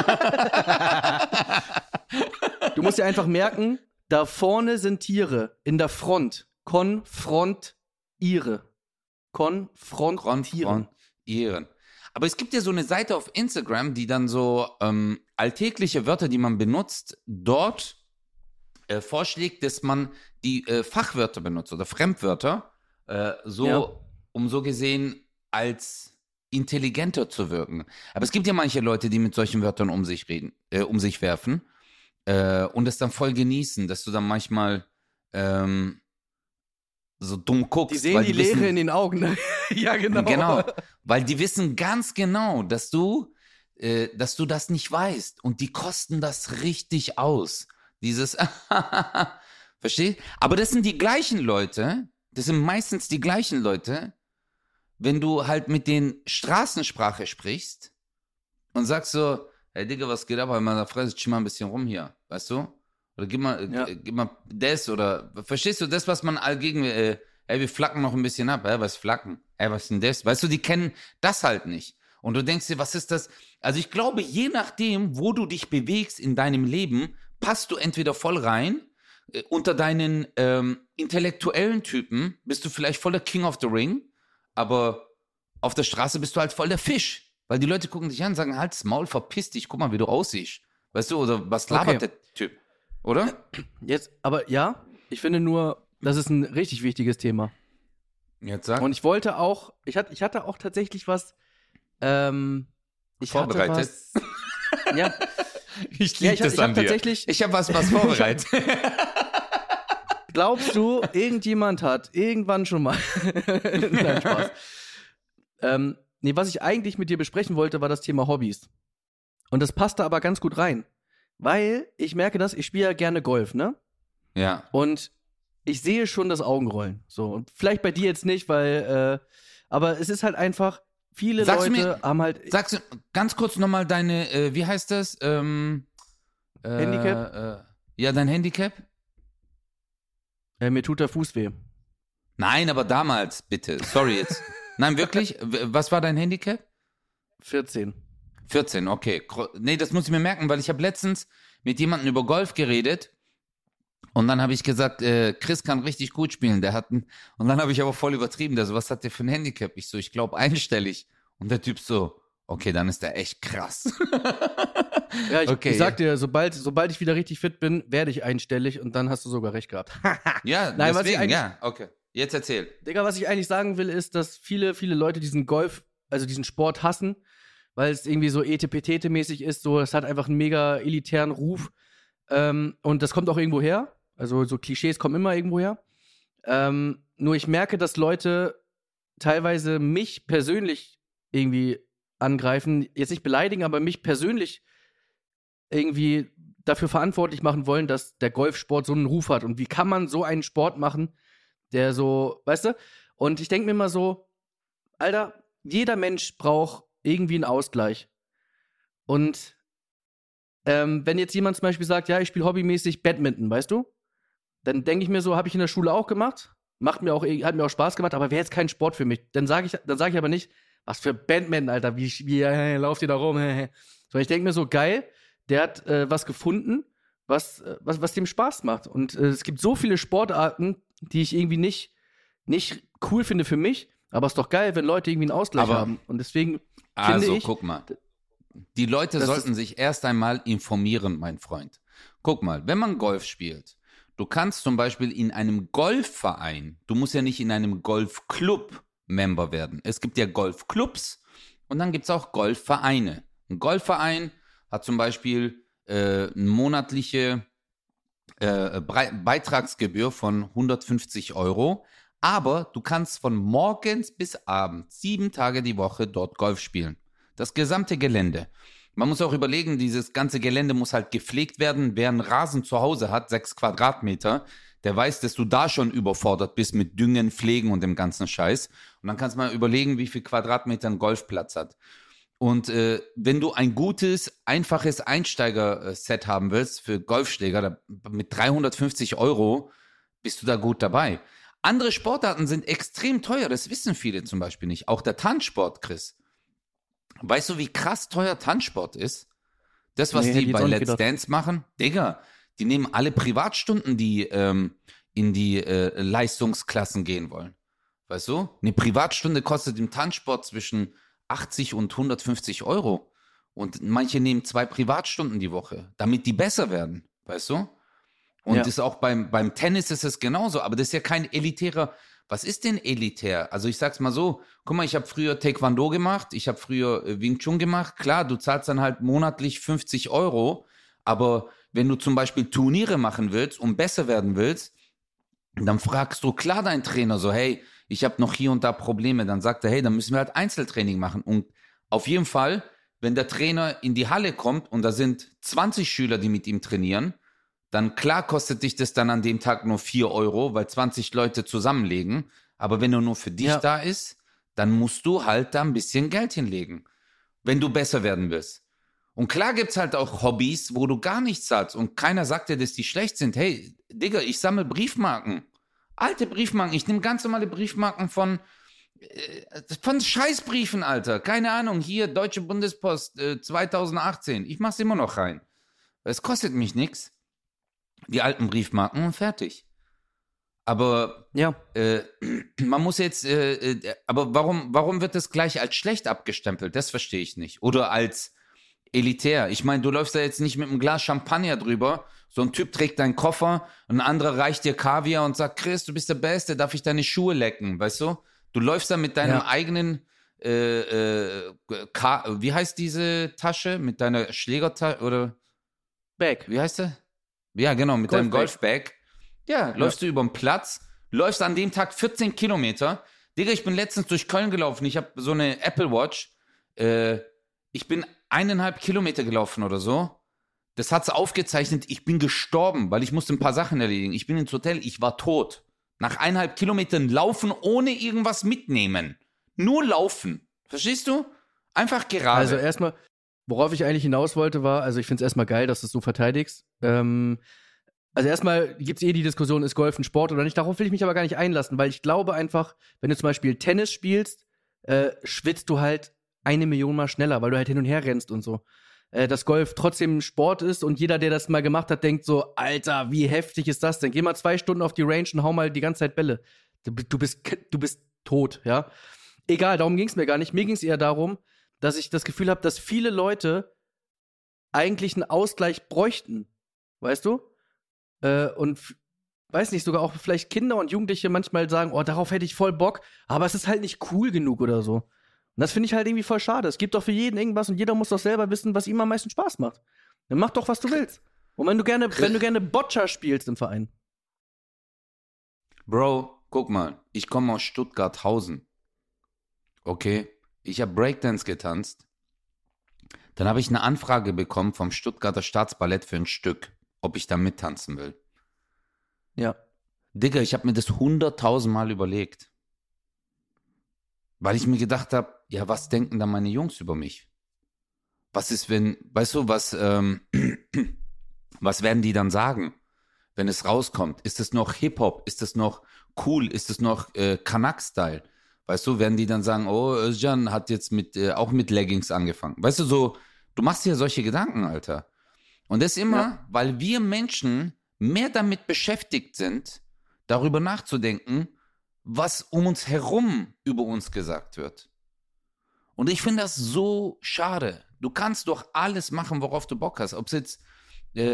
Du musst dir einfach merken, da vorne sind Tiere. In der Front. Konfrontiere. Konfrontieren. Konfrontieren. Aber es gibt ja so eine Seite auf Instagram, die dann so ähm, alltägliche Wörter, die man benutzt, dort äh, vorschlägt, dass man die äh, Fachwörter benutzt oder Fremdwörter, äh, so, Ja. um so gesehen als intelligenter zu wirken. Aber es gibt ja manche Leute, die mit solchen Wörtern um sich reden, äh, um sich werfen äh, und das dann voll genießen, dass du dann manchmal ähm, so dumm guckst. Die sehen weil die wissen, Leere in den Augen. Ja, genau. Genau, weil die wissen ganz genau, dass du, äh, dass du das nicht weißt und die kosten das richtig aus. Dieses, verstehst? Aber das sind die gleichen Leute, das sind meistens die gleichen Leute, wenn du halt mit denen Straßensprache sprichst und sagst so, hey Digga, was geht ab? Bei meiner Fresse, chill mal ein bisschen rum hier, weißt du? Oder gib mal, Ja. äh, gib mal das oder, verstehst du, das, was man allgegen, äh, ey, wir flacken noch ein bisschen ab. Ey, was flacken? Ey, was ist denn das? Weißt du, die kennen das halt nicht. Und du denkst dir, was ist das? Also ich glaube, je nachdem, wo du dich bewegst in deinem Leben, passt du entweder voll rein, äh, unter deinen ähm, intellektuellen Typen bist du vielleicht voll der King of the Ring, aber auf der Straße bist du halt voll der Fisch. Weil die Leute gucken dich an und sagen, halt's Maul, verpiss dich, guck mal, wie du aussiehst. Weißt du, oder was labert Okay. der Typ? Oder? Jetzt, aber ja, ich finde nur, das ist ein richtig wichtiges Thema. Jetzt sag. Und ich wollte auch, ich hatte, ich hatte auch tatsächlich was, ähm, ich Vorbereitet? hatte was, ja, Ich ja, liebe ich, das ich an habe dir. tatsächlich, Ich habe was, was vorbereitet. glaubst du, irgendjemand hat irgendwann schon mal, nein, Spaß. Ähm, nee, was ich eigentlich mit dir besprechen wollte, war das Thema Hobbys. Und das passte aber ganz gut rein. Weil ich merke das, ich spiele ja gerne Golf, ne? Ja. Und ich sehe schon das Augenrollen. So, und vielleicht bei dir jetzt nicht, weil, äh, aber es ist halt einfach, viele Sagst du Leute mir- haben halt. Sagst du ganz kurz nochmal deine, äh, wie heißt das? Ähm, äh, Handicap? Äh, ja, dein Handicap? Äh, mir tut der Fuß weh. Nein, aber damals, bitte. Sorry jetzt. Nein, wirklich? W- Was war dein Handicap? vierzehn. vierzehn, okay. Gro- Nee, das muss ich mir merken, weil ich habe letztens mit jemandem über Golf geredet und dann habe ich gesagt, äh, Chris kann richtig gut spielen. Der hat ein, und dann habe ich aber voll übertrieben. Der so, was hat der für ein Handicap? Ich so, ich glaube einstellig. Und der Typ so, okay, dann ist der echt krass. Ja, ich, Okay, ich sag dir, sobald, sobald ich wieder richtig fit bin, werde ich einstellig und dann hast du sogar recht gehabt. Ja, Nein, was ich deswegen, eigentlich- ja, okay. Jetzt erzähl. Digga, was ich eigentlich sagen will, ist, dass viele, viele Leute diesen Golf, also diesen Sport hassen, weil es irgendwie so Etepetete-mäßig ist, so, es hat einfach einen mega elitären Ruf. Ähm, und das kommt auch irgendwo her. Also so Klischees kommen immer irgendwo her. Ähm, nur ich merke, dass Leute teilweise mich persönlich irgendwie angreifen, jetzt nicht beleidigen, aber mich persönlich irgendwie dafür verantwortlich machen wollen, dass der Golfsport so einen Ruf hat. Und wie kann man so einen Sport machen, der so, weißt du? Und ich denke mir immer so, Alter, jeder Mensch braucht irgendwie einen Ausgleich. Und ähm, wenn jetzt jemand zum Beispiel sagt, ja, ich spiele hobbymäßig Badminton, weißt du? Dann denke ich mir so, habe ich in der Schule auch gemacht, macht mir auch, hat mir auch Spaß gemacht, aber wäre jetzt kein Sport für mich. Dann sage ich, dann sage ich aber nicht, was für Badminton, Alter, wie, wie äh, lauft ihr da rum? Sondern ich denke mir so, geil, der hat äh, was gefunden, was, äh, was, was dem Spaß macht. Und äh, es gibt so viele Sportarten, die ich irgendwie nicht, nicht cool finde für mich, aber es ist doch geil, wenn Leute irgendwie einen Ausgleich Aber- haben. Und deswegen Also, finde ich, guck mal. Die Leute das sollten sich erst einmal informieren, mein Freund. Guck mal, wenn man Golf spielt, du kannst zum Beispiel in einem Golfverein, du musst ja nicht in einem Golfclub Member werden. Es gibt ja Golfclubs und dann gibt es auch Golfvereine. Ein Golfverein hat zum Beispiel äh, eine monatliche äh, Brei- Beitragsgebühr von hundertfünfzig Euro, aber du kannst von morgens bis abends sieben Tage die Woche dort Golf spielen. Das gesamte Gelände. Man muss auch überlegen, dieses ganze Gelände muss halt gepflegt werden. Wer einen Rasen zu Hause hat, sechs Quadratmeter, der weiß, dass du da schon überfordert bist mit Düngen, Pflegen und dem ganzen Scheiß. Und dann kannst du mal überlegen, wie viel Quadratmeter ein Golfplatz hat. Und äh, wenn du ein gutes, einfaches Einsteiger-Set haben willst für Golfschläger, da, mit dreihundertfünfzig Euro bist du da gut dabei. Andere Sportarten sind extrem teuer, das wissen viele zum Beispiel nicht. Auch der Tanzsport, Chris. Weißt du, wie krass teuer Tanzsport ist? Das, was Nee, hätte die ich bei jetzt auch nicht Let's gedacht. Dance machen, Digga, die nehmen alle Privatstunden, die ähm, in die äh, Leistungsklassen gehen wollen. Weißt du? Eine Privatstunde kostet im Tanzsport zwischen achtzig und hundertfünfzig Euro. Und manche nehmen zwei Privatstunden die Woche, damit die besser werden. Weißt du? Und Ja. das ist auch beim, beim Tennis ist es genauso. Aber das ist ja kein elitärer. Was ist denn elitär? Also ich sag's mal so, guck mal, ich habe früher Taekwondo gemacht, ich habe früher äh, Wing Chun gemacht. Klar, du zahlst dann halt monatlich fünfzig Euro, aber wenn du zum Beispiel Turniere machen willst und besser werden willst, dann fragst du klar deinen Trainer so, hey, ich habe noch hier und da Probleme. Dann sagt er, hey, dann müssen wir halt Einzeltraining machen. Und auf jeden Fall, wenn der Trainer in die Halle kommt und da sind zwanzig Schüler, die mit ihm trainieren, dann klar kostet dich das dann an dem Tag nur vier Euro, weil zwanzig Leute zusammenlegen. Aber wenn er nur für dich Ja. da ist, dann musst du halt da ein bisschen Geld hinlegen, wenn du besser werden willst. Und klar gibt's halt auch Hobbys, wo du gar nichts zahlst und keiner sagt dir, dass die schlecht sind. Hey, Digga, ich sammle Briefmarken. Alte Briefmarken. Ich nehme ganz normale Briefmarken von, äh, von Scheißbriefen, Alter. Keine Ahnung, hier, Deutsche Bundespost äh, zweitausendachtzehn. Ich mach's immer noch rein. Es kostet mich nichts. die alten Briefmarken und fertig. Aber Ja. äh, man muss jetzt, äh, äh, aber warum, warum wird das gleich als schlecht abgestempelt? Das verstehe ich nicht. Oder als elitär. Ich meine, du läufst da jetzt nicht mit einem Glas Champagner drüber. So ein Typ trägt deinen Koffer, ein anderer reicht dir Kaviar und sagt, Chris, du bist der Beste, darf ich deine Schuhe lecken, weißt du? Du läufst da mit deinem Ja. eigenen, äh, äh, Ka- wie heißt diese Tasche? Mit deiner Schlägertasche, oder Back. wie heißt der? Ja, genau, mit deinem Golfbag. Golfbag. Ja, läufst du über den Platz, läufst an dem Tag vierzehn Kilometer. Digga, ich bin letztens durch Köln gelaufen, ich habe so eine Apple Watch, äh, ich bin eineinhalb Kilometer gelaufen oder so. Das hat's aufgezeichnet, ich bin gestorben, weil ich musste ein paar Sachen erledigen. Ich bin ins Hotel, ich war tot. Nach eineinhalb Kilometern laufen, ohne irgendwas mitnehmen. Nur laufen. Verstehst du? Einfach gerade. Also erstmal, worauf ich eigentlich hinaus wollte, war, also ich finde es erstmal geil, dass du es so verteidigst. Ähm, also erstmal gibt es eh die Diskussion, ist Golf ein Sport oder nicht. Darauf will ich mich aber gar nicht einlassen, weil ich glaube einfach, wenn du zum Beispiel Tennis spielst, äh, schwitzt du halt eine Million Mal schneller, weil du halt hin und her rennst und so. Äh, dass Golf trotzdem Sport ist und jeder, der das mal gemacht hat, denkt so, Alter, wie heftig ist das denn? Geh mal zwei Stunden auf die Range und hau mal die ganze Zeit Bälle. Du, du, bist, du bist tot, ja. Egal, darum ging es mir gar nicht. Mir ging es eher darum, dass ich das Gefühl habe, dass viele Leute eigentlich einen Ausgleich bräuchten. Weißt du? Äh, und f- weiß nicht, sogar auch vielleicht Kinder und Jugendliche manchmal sagen, oh, darauf hätte ich voll Bock, aber es ist halt nicht cool genug oder so. Und das finde ich halt irgendwie voll schade. Es gibt doch für jeden irgendwas und jeder muss doch selber wissen, was ihm am meisten Spaß macht. Dann mach doch, was du willst. Und wenn du gerne, wenn du gerne Boccia spielst im Verein. Bro, guck mal, ich komme aus Stuttgart-Hausen. Okay, ich habe Breakdance getanzt. Dann habe ich eine Anfrage bekommen vom Stuttgarter Staatsballett für ein Stück, ob ich da mittanzen will. Ja. Digga, ich habe mir das hunderttausend Mal überlegt. Weil ich mir gedacht habe, ja, was denken da meine Jungs über mich? Was ist, wenn, weißt du, was, ähm, was werden die dann sagen, wenn es rauskommt? Ist es noch Hip-Hop? Ist es noch cool? Ist es noch äh, Kanak-Style? Weißt du, werden die dann sagen, oh, Özcan hat jetzt mit, äh, auch mit Leggings angefangen. Weißt du, so, du machst dir solche Gedanken, Alter. Und das immer, Ja. weil wir Menschen mehr damit beschäftigt sind, darüber nachzudenken, was um uns herum über uns gesagt wird. Und ich finde das so schade. Du kannst doch alles machen, worauf du Bock hast. Ob es jetzt, äh,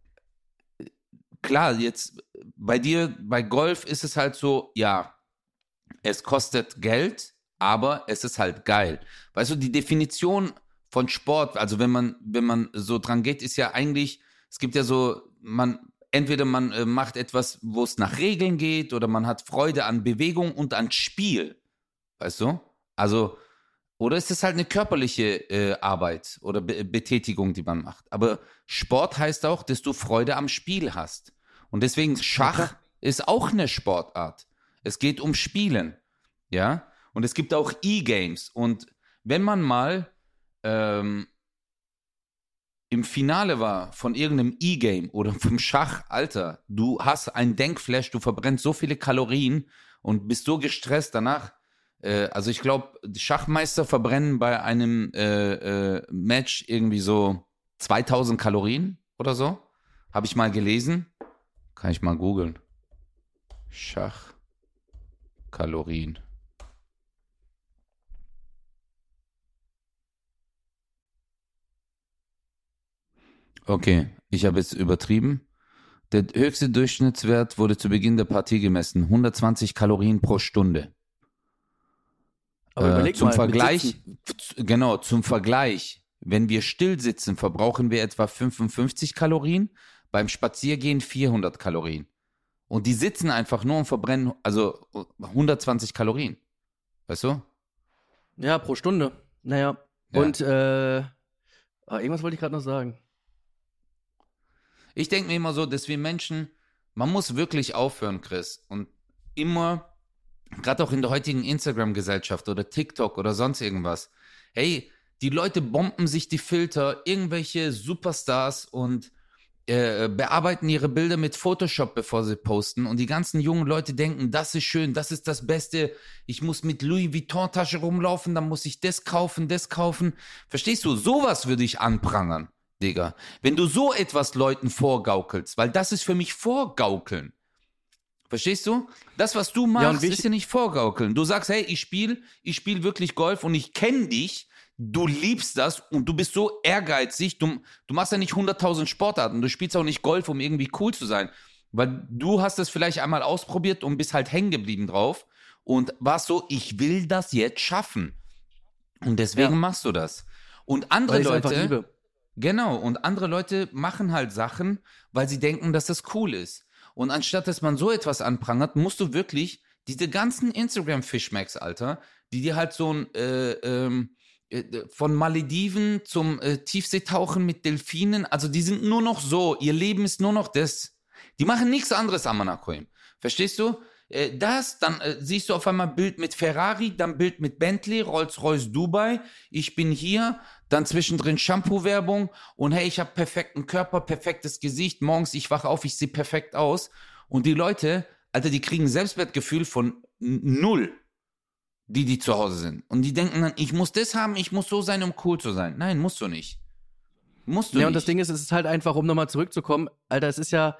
klar, jetzt bei dir, bei Golf ist es halt so, ja, es kostet Geld, aber es ist halt geil. Weißt du, die Definition von Sport, also wenn man, wenn man so dran geht, ist ja eigentlich, es gibt ja so, man, entweder man äh, macht etwas, wo es nach Regeln geht, oder man hat Freude an Bewegung und an Spiel. Weißt du? Also, oder ist es halt eine körperliche äh, Arbeit oder Be- Betätigung, die man macht. Aber Sport heißt auch, dass du Freude am Spiel hast. Und deswegen Schach ist auch eine Sportart. Es geht um Spielen. Ja? Und es gibt auch E-Games. Und wenn man mal ähm, im Finale war von irgendeinem E-Game oder vom Schach, Alter, du hast einen Denkflash, du verbrennst so viele Kalorien und bist so gestresst danach. Äh, also ich glaube, die Schachmeister verbrennen bei einem äh, äh, Match irgendwie so zweitausend Kalorien oder so. Habe ich mal gelesen. Kann ich mal googeln. Schachkalorien. Okay, ich habe jetzt übertrieben. Der höchste Durchschnittswert wurde zu Beginn der Partie gemessen. hundertzwanzig Kalorien pro Stunde. Aber Äh, überleg zum mal, mit Vergleich, Sitzen. z- genau, zum Vergleich, wenn wir still sitzen, verbrauchen wir etwa fünfundfünfzig Kalorien, beim Spaziergehen vierhundert Kalorien. Und die sitzen einfach nur und verbrennen, also hundertzwanzig Kalorien. Weißt du? Ja, pro Stunde. Naja. Ja. Und, äh, ah, irgendwas wollte ich gerade noch sagen. Ich denke mir immer so, dass wir Menschen, man muss wirklich aufhören, Chris. Und immer, gerade auch in der heutigen Instagram-Gesellschaft oder TikTok oder sonst irgendwas, hey, die Leute bomben sich die Filter, irgendwelche Superstars und äh, bearbeiten ihre Bilder mit Photoshop, bevor sie posten. Und die ganzen jungen Leute denken, das ist schön, das ist das Beste. Ich muss mit Louis Vuitton-Tasche rumlaufen, dann muss ich das kaufen, das kaufen. Verstehst du? Sowas würde ich anprangern. Digga. Wenn du so etwas Leuten vorgaukelst, weil das ist für mich Vorgaukeln. Verstehst du? Das, was du machst, Ja, ist ja nicht Vorgaukeln. Du sagst, hey, ich spiele ich spiel wirklich Golf und ich kenne dich, du liebst das und du bist so ehrgeizig, du, du machst ja nicht hunderttausend Sportarten, du spielst auch nicht Golf, um irgendwie cool zu sein, weil du hast es vielleicht einmal ausprobiert und bist halt hängen geblieben drauf und warst so, ich will das jetzt schaffen. Und deswegen Ja. machst du das. Und andere Weil ich es einfach Leute, liebe. genau, und andere Leute machen halt Sachen, weil sie denken, dass das cool ist. Und anstatt, dass man so etwas anprangert, musst du wirklich diese ganzen Instagram-Fishmacks, Alter, die dir halt so ein, äh, ähm, äh, von Malediven zum äh, Tiefseetauchen mit Delfinen, also die sind nur noch so, ihr Leben ist nur noch das. Die machen nichts anderes am Anakoim. Verstehst du? Äh, das, dann äh, siehst du auf einmal Bild mit Ferrari, dann Bild mit Bentley, Rolls-Royce Dubai, ich bin hier, dann zwischendrin Shampoo-Werbung und hey, ich habe perfekten Körper, perfektes Gesicht, morgens ich wache auf, ich sehe perfekt aus und die Leute, Alter, die kriegen Selbstwertgefühl von n- null, die, die zu Hause sind und die denken dann, ich muss das haben, ich muss so sein, um cool zu sein. Nein, musst du nicht. Musst du Ja, nicht. und das Ding ist, es ist halt einfach, um nochmal zurückzukommen, Alter, es ist ja,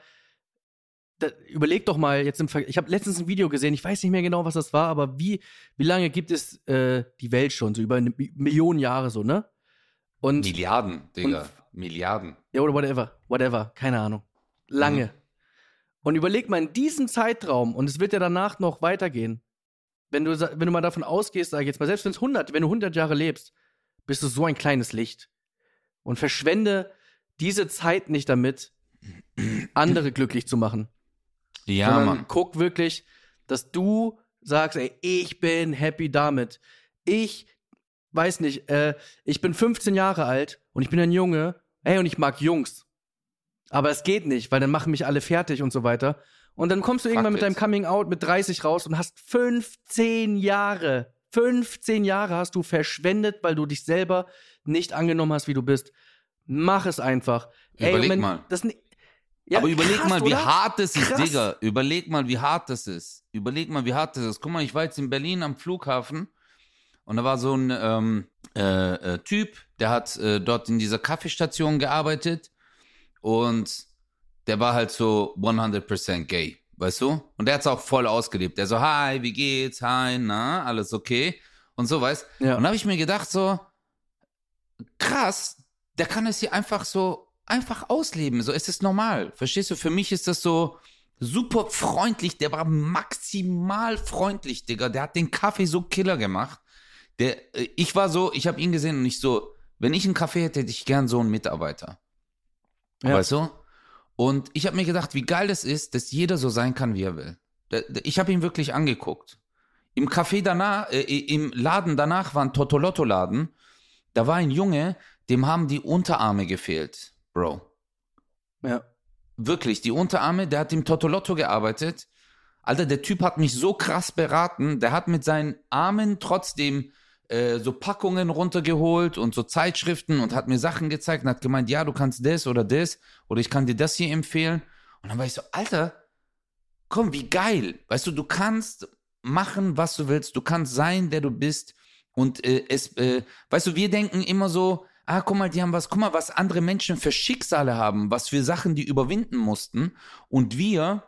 da, überleg doch mal, jetzt im Ver ich habe letztens ein Video gesehen, ich weiß nicht mehr genau, was das war, aber wie, wie lange gibt es äh, die Welt schon? So über eine Mi- Millionen Jahre so, ne? Und, Milliarden, Digga. und- Milliarden. ja, oder whatever, whatever, keine Ahnung. Lange. Mhm. Und überleg mal in diesem Zeitraum, und es wird ja danach noch weitergehen, wenn du, sa- wenn du mal davon ausgehst, sag ich jetzt mal, selbst wenn es hundert, wenn du hundert Jahre lebst, bist du so ein kleines Licht. Und verschwende diese Zeit nicht damit, andere glücklich zu machen. Ja, Sondern Mann. guck wirklich, dass du sagst, ey, ich bin happy damit. Ich weiß nicht, äh, ich bin fünfzehn Jahre alt und ich bin ein Junge, ey, und ich mag Jungs. Aber es geht nicht, weil dann machen mich alle fertig und so weiter. Und dann kommst du irgendwann mit it. deinem Coming Out mit dreißig raus und hast fünfzehn Jahre, fünfzehn Jahre hast du verschwendet, weil du dich selber nicht angenommen hast, wie du bist. Mach es einfach. Ey, Überleg und wenn mal. Das, ni- ja, Aber überleg krass, mal, wie oder? hart das ist, Krass. Digga. Überleg mal, wie hart das ist. Überleg mal, wie hart das ist. Guck mal, ich war jetzt in Berlin am Flughafen und da war so ein ähm, äh, äh, Typ, der hat äh, dort in dieser Kaffeestation gearbeitet und der war halt so hundert Prozent gay, weißt du? Und der hat's auch voll ausgelebt. Der so, hi, wie geht's? Hi, na, alles okay? Und so, weißt Ja. Und da habe ich mir gedacht so, krass, der kann es hier einfach so, einfach ausleben. So, es ist normal. Verstehst du? Für mich ist das so super freundlich. Der war maximal freundlich, Digga. Der hat den Kaffee so killer gemacht. Der, äh, ich war so, ich habe ihn gesehen und ich so, wenn ich einen Kaffee hätte, hätte ich gern so einen Mitarbeiter. Ja. Weißt du? Und ich habe mir gedacht, wie geil das ist, dass jeder so sein kann, wie er will. Da- da- Ich habe ihn wirklich angeguckt. Im Café danach, äh, im Laden danach war ein Totolotto-Laden. Da war ein Junge, dem haben die Unterarme gefehlt, Bro. Ja. Wirklich, die Unterarme, der hat im Totolotto gearbeitet. Alter, der Typ hat mich so krass beraten. Der hat mit seinen Armen trotzdem äh, so Packungen runtergeholt und so Zeitschriften und hat mir Sachen gezeigt und hat gemeint, ja, du kannst das oder das oder ich kann dir das hier empfehlen. Und dann war ich so, Alter, komm, wie geil. Weißt du, du kannst machen, was du willst. Du kannst sein, der du bist. Und äh, es, äh, weißt du, wir denken immer so, ah, guck mal, die haben was, guck mal, was andere Menschen für Schicksale haben, was für Sachen die überwinden mussten. Und wir,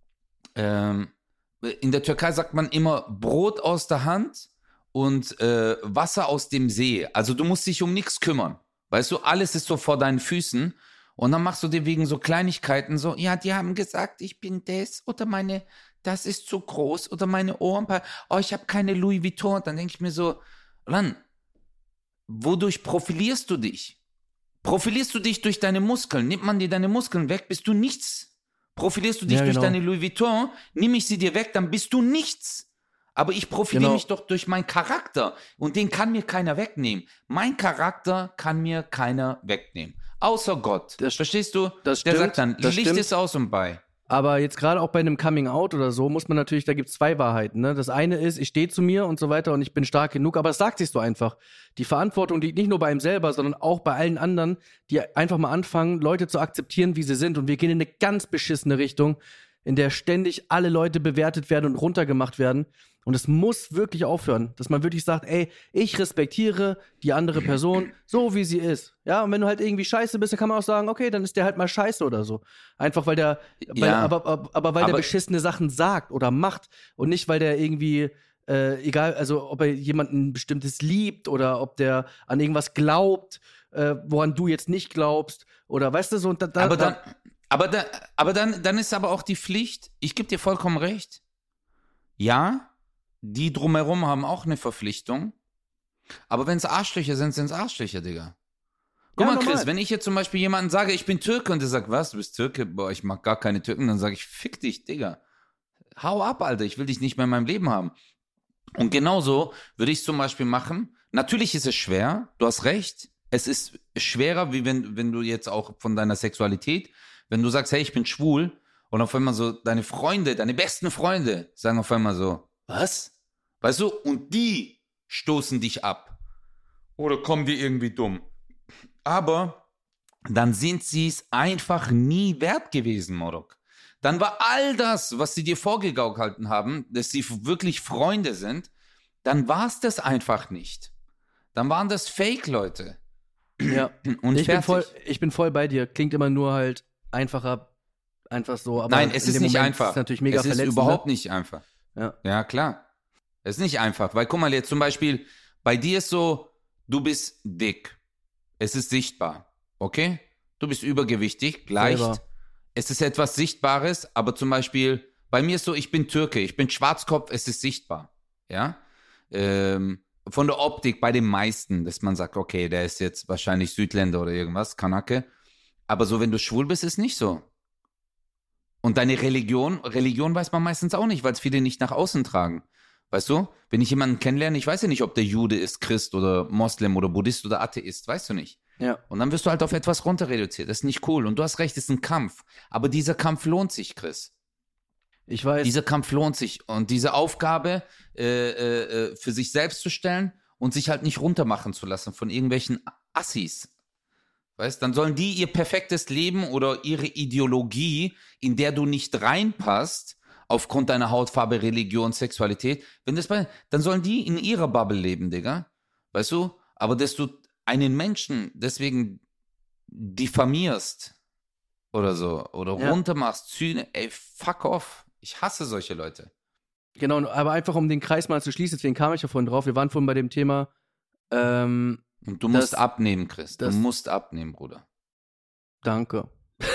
ähm, in der Türkei sagt man immer Brot aus der Hand und äh, Wasser aus dem See. Also du musst dich um nichts kümmern. Weißt du, alles ist so vor deinen Füßen. Und dann machst du dir wegen so Kleinigkeiten so, ja, die haben gesagt, ich bin das oder meine, das ist zu groß oder meine Ohren, oh, ich habe keine Louis Vuitton. Dann denke ich mir so, Mann, wodurch profilierst du dich? Profilierst du dich durch deine Muskeln? Nimmt man dir deine Muskeln weg, bist du nichts. Profilierst du dich Ja, durch genau. deine Louis Vuitton, nehme ich sie dir weg, dann bist du nichts. Aber ich profiliere Genau. mich doch durch meinen Charakter und den kann mir keiner wegnehmen. Mein Charakter kann mir keiner wegnehmen. Außer Gott. Das- Verstehst du? das Der stimmt, sagt dann, das Licht stimmt. ist aus und bei. Aber jetzt gerade auch bei einem Coming Out oder so, muss man natürlich, da gibt es zwei Wahrheiten. Ne? Das eine ist, ich stehe zu mir und so weiter und ich bin stark genug, aber es sagt sich so einfach. Die Verantwortung liegt nicht nur bei ihm selber, sondern auch bei allen anderen, die einfach mal anfangen, Leute zu akzeptieren, wie sie sind. Und wir gehen in eine ganz beschissene Richtung. in der ständig alle Leute bewertet werden und runtergemacht werden. Und es muss wirklich aufhören, dass man wirklich sagt, ey, ich respektiere die andere Person so, wie sie ist. Ja, und wenn du halt irgendwie scheiße bist, dann kann man auch sagen, okay, dann ist der halt mal scheiße oder so. Einfach weil der, weil, Ja. aber, aber, aber weil Aber- der beschissene Sachen sagt oder macht und nicht, weil der irgendwie, äh, egal, also ob er jemanden bestimmtes liebt oder ob der an irgendwas glaubt, äh, woran du jetzt nicht glaubst oder weißt du so. Und da, da, Aber dann, da, aber da, aber dann, dann ist aber auch die Pflicht, ich gebe dir vollkommen recht. Ja, die drumherum haben auch eine Verpflichtung. Aber wenn es Arschlöcher sind, sind es Arschlöcher, Digga. Guck Ja, mal, Chris, normal. wenn ich jetzt zum Beispiel jemanden sage, ich bin Türke und der sagt, was, du bist Türke? Boah, ich mag gar keine Türken. Dann sage ich, fick dich, Digga. Hau ab, Alter, ich will dich nicht mehr in meinem Leben haben. Und genauso würde ich es zum Beispiel machen. Natürlich ist es schwer, du hast recht. Es ist schwerer, wie wenn, wenn du jetzt auch von deiner Sexualität, wenn du sagst, hey, ich bin schwul, und auf einmal so deine Freunde, deine besten Freunde sagen auf einmal so, was? Weißt du? Und die stoßen dich ab. Oder kommen dir irgendwie dumm. Aber dann sind sie es einfach nie wert gewesen, Morok. Dann war all das, was sie dir vorgegaukelt haben, dass sie wirklich Freunde sind, dann war es das einfach nicht. Dann waren das Fake-Leute. ja. Und ich, bin fertig. voll, ich bin voll bei dir. Klingt immer nur halt einfacher, einfach so. Aber Nein, es in ist dem nicht Moment einfach. Ist natürlich mega es ist verletzend, überhaupt ne? nicht einfach. Ja. Ja, klar. Es ist nicht einfach, weil guck mal jetzt zum Beispiel, bei dir ist so, du bist dick. Es ist sichtbar, okay? Du bist übergewichtig, leicht. Selber. Es ist etwas Sichtbares, aber zum Beispiel, bei mir ist so, ich bin Türke, ich bin Schwarzkopf, es ist sichtbar, ja? Ähm, von der Optik bei den meisten, dass man sagt, okay, der ist jetzt wahrscheinlich Südländer oder irgendwas, Kanake. Aber so, wenn du schwul bist, ist nicht so. Und deine Religion, Religion weiß man meistens auch nicht, weil es viele nicht nach außen tragen. Weißt du? Wenn ich jemanden kennenlerne, ich weiß ja nicht, ob der Jude ist, Christ oder Moslem oder Buddhist oder Atheist, weißt du nicht. Ja. Und dann wirst du halt auf etwas runter reduziert. Das ist nicht cool. Und du hast recht, es ist ein Kampf. Aber dieser Kampf lohnt sich, Chris. Ich weiß. Dieser Kampf lohnt sich. Und diese Aufgabe äh, äh, für sich selbst zu stellen und sich halt nicht runtermachen zu lassen von irgendwelchen Assis. Weißt, dann sollen die ihr perfektes Leben oder ihre Ideologie, in der du nicht reinpasst, aufgrund deiner Hautfarbe, Religion, Sexualität, wenn das bei, dann sollen die in ihrer Bubble leben, Digga. Weißt du? Aber dass du einen Menschen deswegen diffamierst oder so, oder Ja. runtermachst, Züne, ey, fuck off. Ich hasse solche Leute. Genau, aber einfach um den Kreis mal zu schließen, deswegen kam ich ja vorhin drauf. Wir waren vorhin bei dem Thema, ähm, Und du Das- musst abnehmen, Chris. Du das- musst abnehmen, Bruder. danke.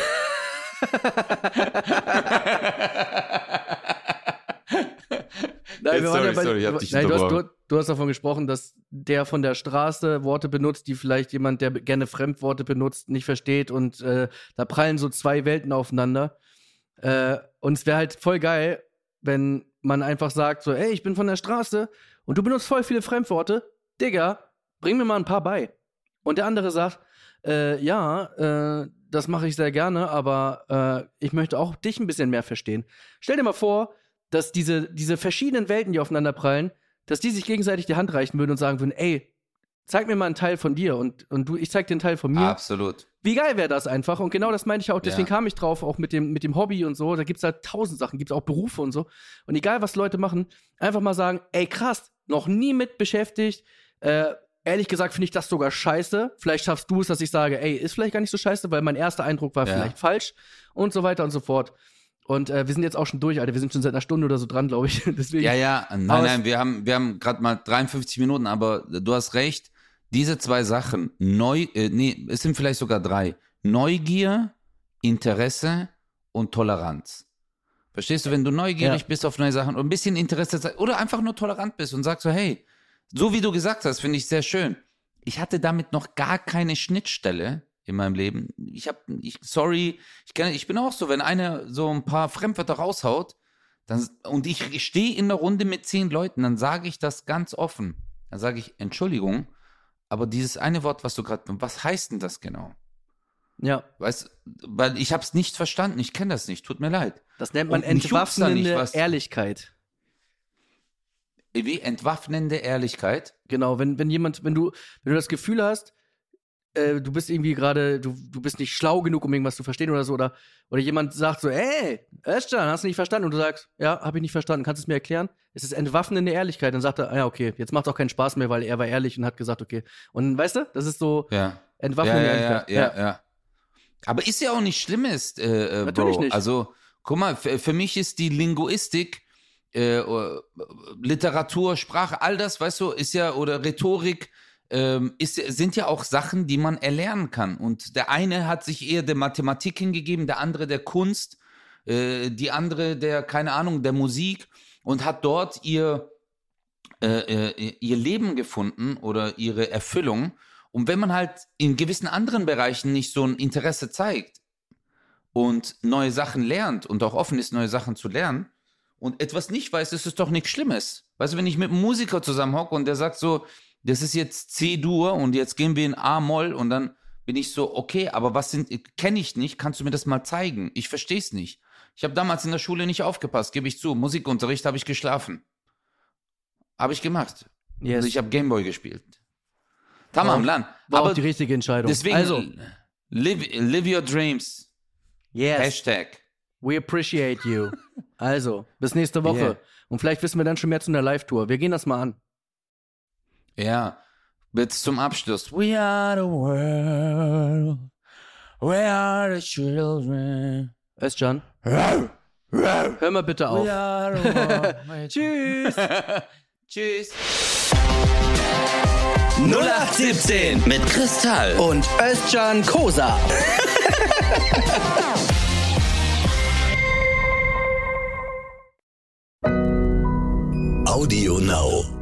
Nein, wir waren ja bei, sorry, ich hab dich nein, du, hast, unterbrochen. du, du hast davon gesprochen, dass der von der Straße Worte benutzt, die vielleicht jemand, der gerne Fremdworte benutzt, nicht versteht und äh, da prallen so zwei Welten aufeinander. Äh, und es wäre halt voll geil, wenn man einfach sagt so, ey, ich bin von der Straße und du benutzt voll viele Fremdworte. Digga, bring mir mal ein paar bei. Und der andere sagt, äh, ja, äh, das mache ich sehr gerne, aber äh, ich möchte auch dich ein bisschen mehr verstehen. Stell dir mal vor, dass diese, diese verschiedenen Welten, die aufeinander prallen, dass die sich gegenseitig die Hand reichen würden und sagen würden, ey, zeig mir mal einen Teil von dir und, und du, ich zeig dir einen Teil von mir. Absolut. Wie geil wäre das einfach? Und genau das meinte ich auch, deswegen Ja. kam ich drauf, auch mit dem, mit dem Hobby und so. Da gibt's halt tausend Sachen, gibt's auch Berufe und so. Und egal, was Leute machen, einfach mal sagen, ey, krass, noch nie mit beschäftigt. Äh, ehrlich gesagt finde ich das sogar scheiße. Vielleicht schaffst du es, dass ich sage, ey, ist vielleicht gar nicht so scheiße, weil mein erster Eindruck war Ja. vielleicht falsch und so weiter und so fort. Und äh, wir sind jetzt auch schon durch, Alter. Wir sind schon seit einer Stunde oder so dran, glaube ich. Deswegen. Ja, ja, nein, Aber nein, wir haben, wir haben gerade mal dreiundfünfzig Minuten, aber du hast recht, diese zwei Sachen, neu, äh, nee, es sind vielleicht sogar drei. Neugier, Interesse und Toleranz. Verstehst du, wenn du neugierig Ja. bist auf neue Sachen und ein bisschen Interesse ze- oder einfach nur tolerant bist und sagst so, hey, so wie du gesagt hast, finde ich sehr schön. Ich hatte damit noch gar keine Schnittstelle in meinem Leben. Ich habe, ich, sorry, ich, kann, ich bin auch so, wenn einer so ein paar Fremdwörter raushaut, dann, und ich, ich stehe in der Runde mit zehn Leuten, dann sage ich das ganz offen. Dann sage ich, Entschuldigung, aber dieses eine Wort, was du gerade, was heißt denn das genau? Ja, Weißt, weil ich habe es nicht verstanden, ich kenne das nicht, tut mir leid. das nennt man Und mich juckt's da nicht, entwaffnende was- Ehrlichkeit. Wie entwaffnende Ehrlichkeit. Genau, wenn, wenn jemand, wenn du, wenn du das Gefühl hast, äh, du bist irgendwie gerade, du, du bist nicht schlau genug, um irgendwas zu verstehen oder so, oder, oder jemand sagt so, ey, Özcan, hast du nicht verstanden? Und du sagst, ja, hab ich nicht verstanden, kannst du es mir erklären? Es ist entwaffnende Ehrlichkeit. Dann sagt er, ah, ja, okay, jetzt macht es auch keinen Spaß mehr, weil er war ehrlich und hat gesagt, okay. Und weißt du, das ist so ja. entwaffnende ja, ja, Ehrlichkeit. Ja, ja, ja, ja. Aber ist ja auch nicht Schlimmes, äh, äh, Natürlich Bro. nicht. Also, guck mal, für, für mich ist die Linguistik, äh, Literatur, Sprache, all das, weißt du, ist ja, oder Rhetorik, ähm, ist, sind ja auch Sachen, die man erlernen kann. Und der eine hat sich eher der Mathematik hingegeben, der andere der Kunst, äh, die andere der, keine Ahnung, der Musik und hat dort ihr, äh, äh, ihr Leben gefunden oder ihre Erfüllung. Und wenn man halt in gewissen anderen Bereichen nicht so ein Interesse zeigt und neue Sachen lernt und auch offen ist, neue Sachen zu lernen und etwas nicht weiß, ist es doch nichts Schlimmes. Weißt du, wenn ich mit einem Musiker zusammenhocke und der sagt so, das ist jetzt C-Dur und jetzt gehen wir in A-Moll und dann bin ich so, okay, aber was sind, kenne ich nicht, kannst du mir das mal zeigen? Ich verstehe es nicht. Ich habe damals in der Schule nicht aufgepasst, gebe ich zu. Musikunterricht habe ich geschlafen. Habe ich gemacht. Yes. Also ich habe Gameboy gespielt. Tamam, Lan. War Aber auch die richtige Entscheidung. deswegen, also, live, live your dreams. yes, Hashtag. we appreciate you. Also, bis nächste Woche. Yeah. Und vielleicht wissen wir dann schon mehr zu einer Live-Tour. Wir gehen das mal an. Ja, jetzt zum Abschluss. We are the world. We are the children. Özcan, hör mal bitte auf. We are the world. Tschüss. Tschüss. null acht siebzehn Mit Kristall. Und Özcan Kosa. Audio Now.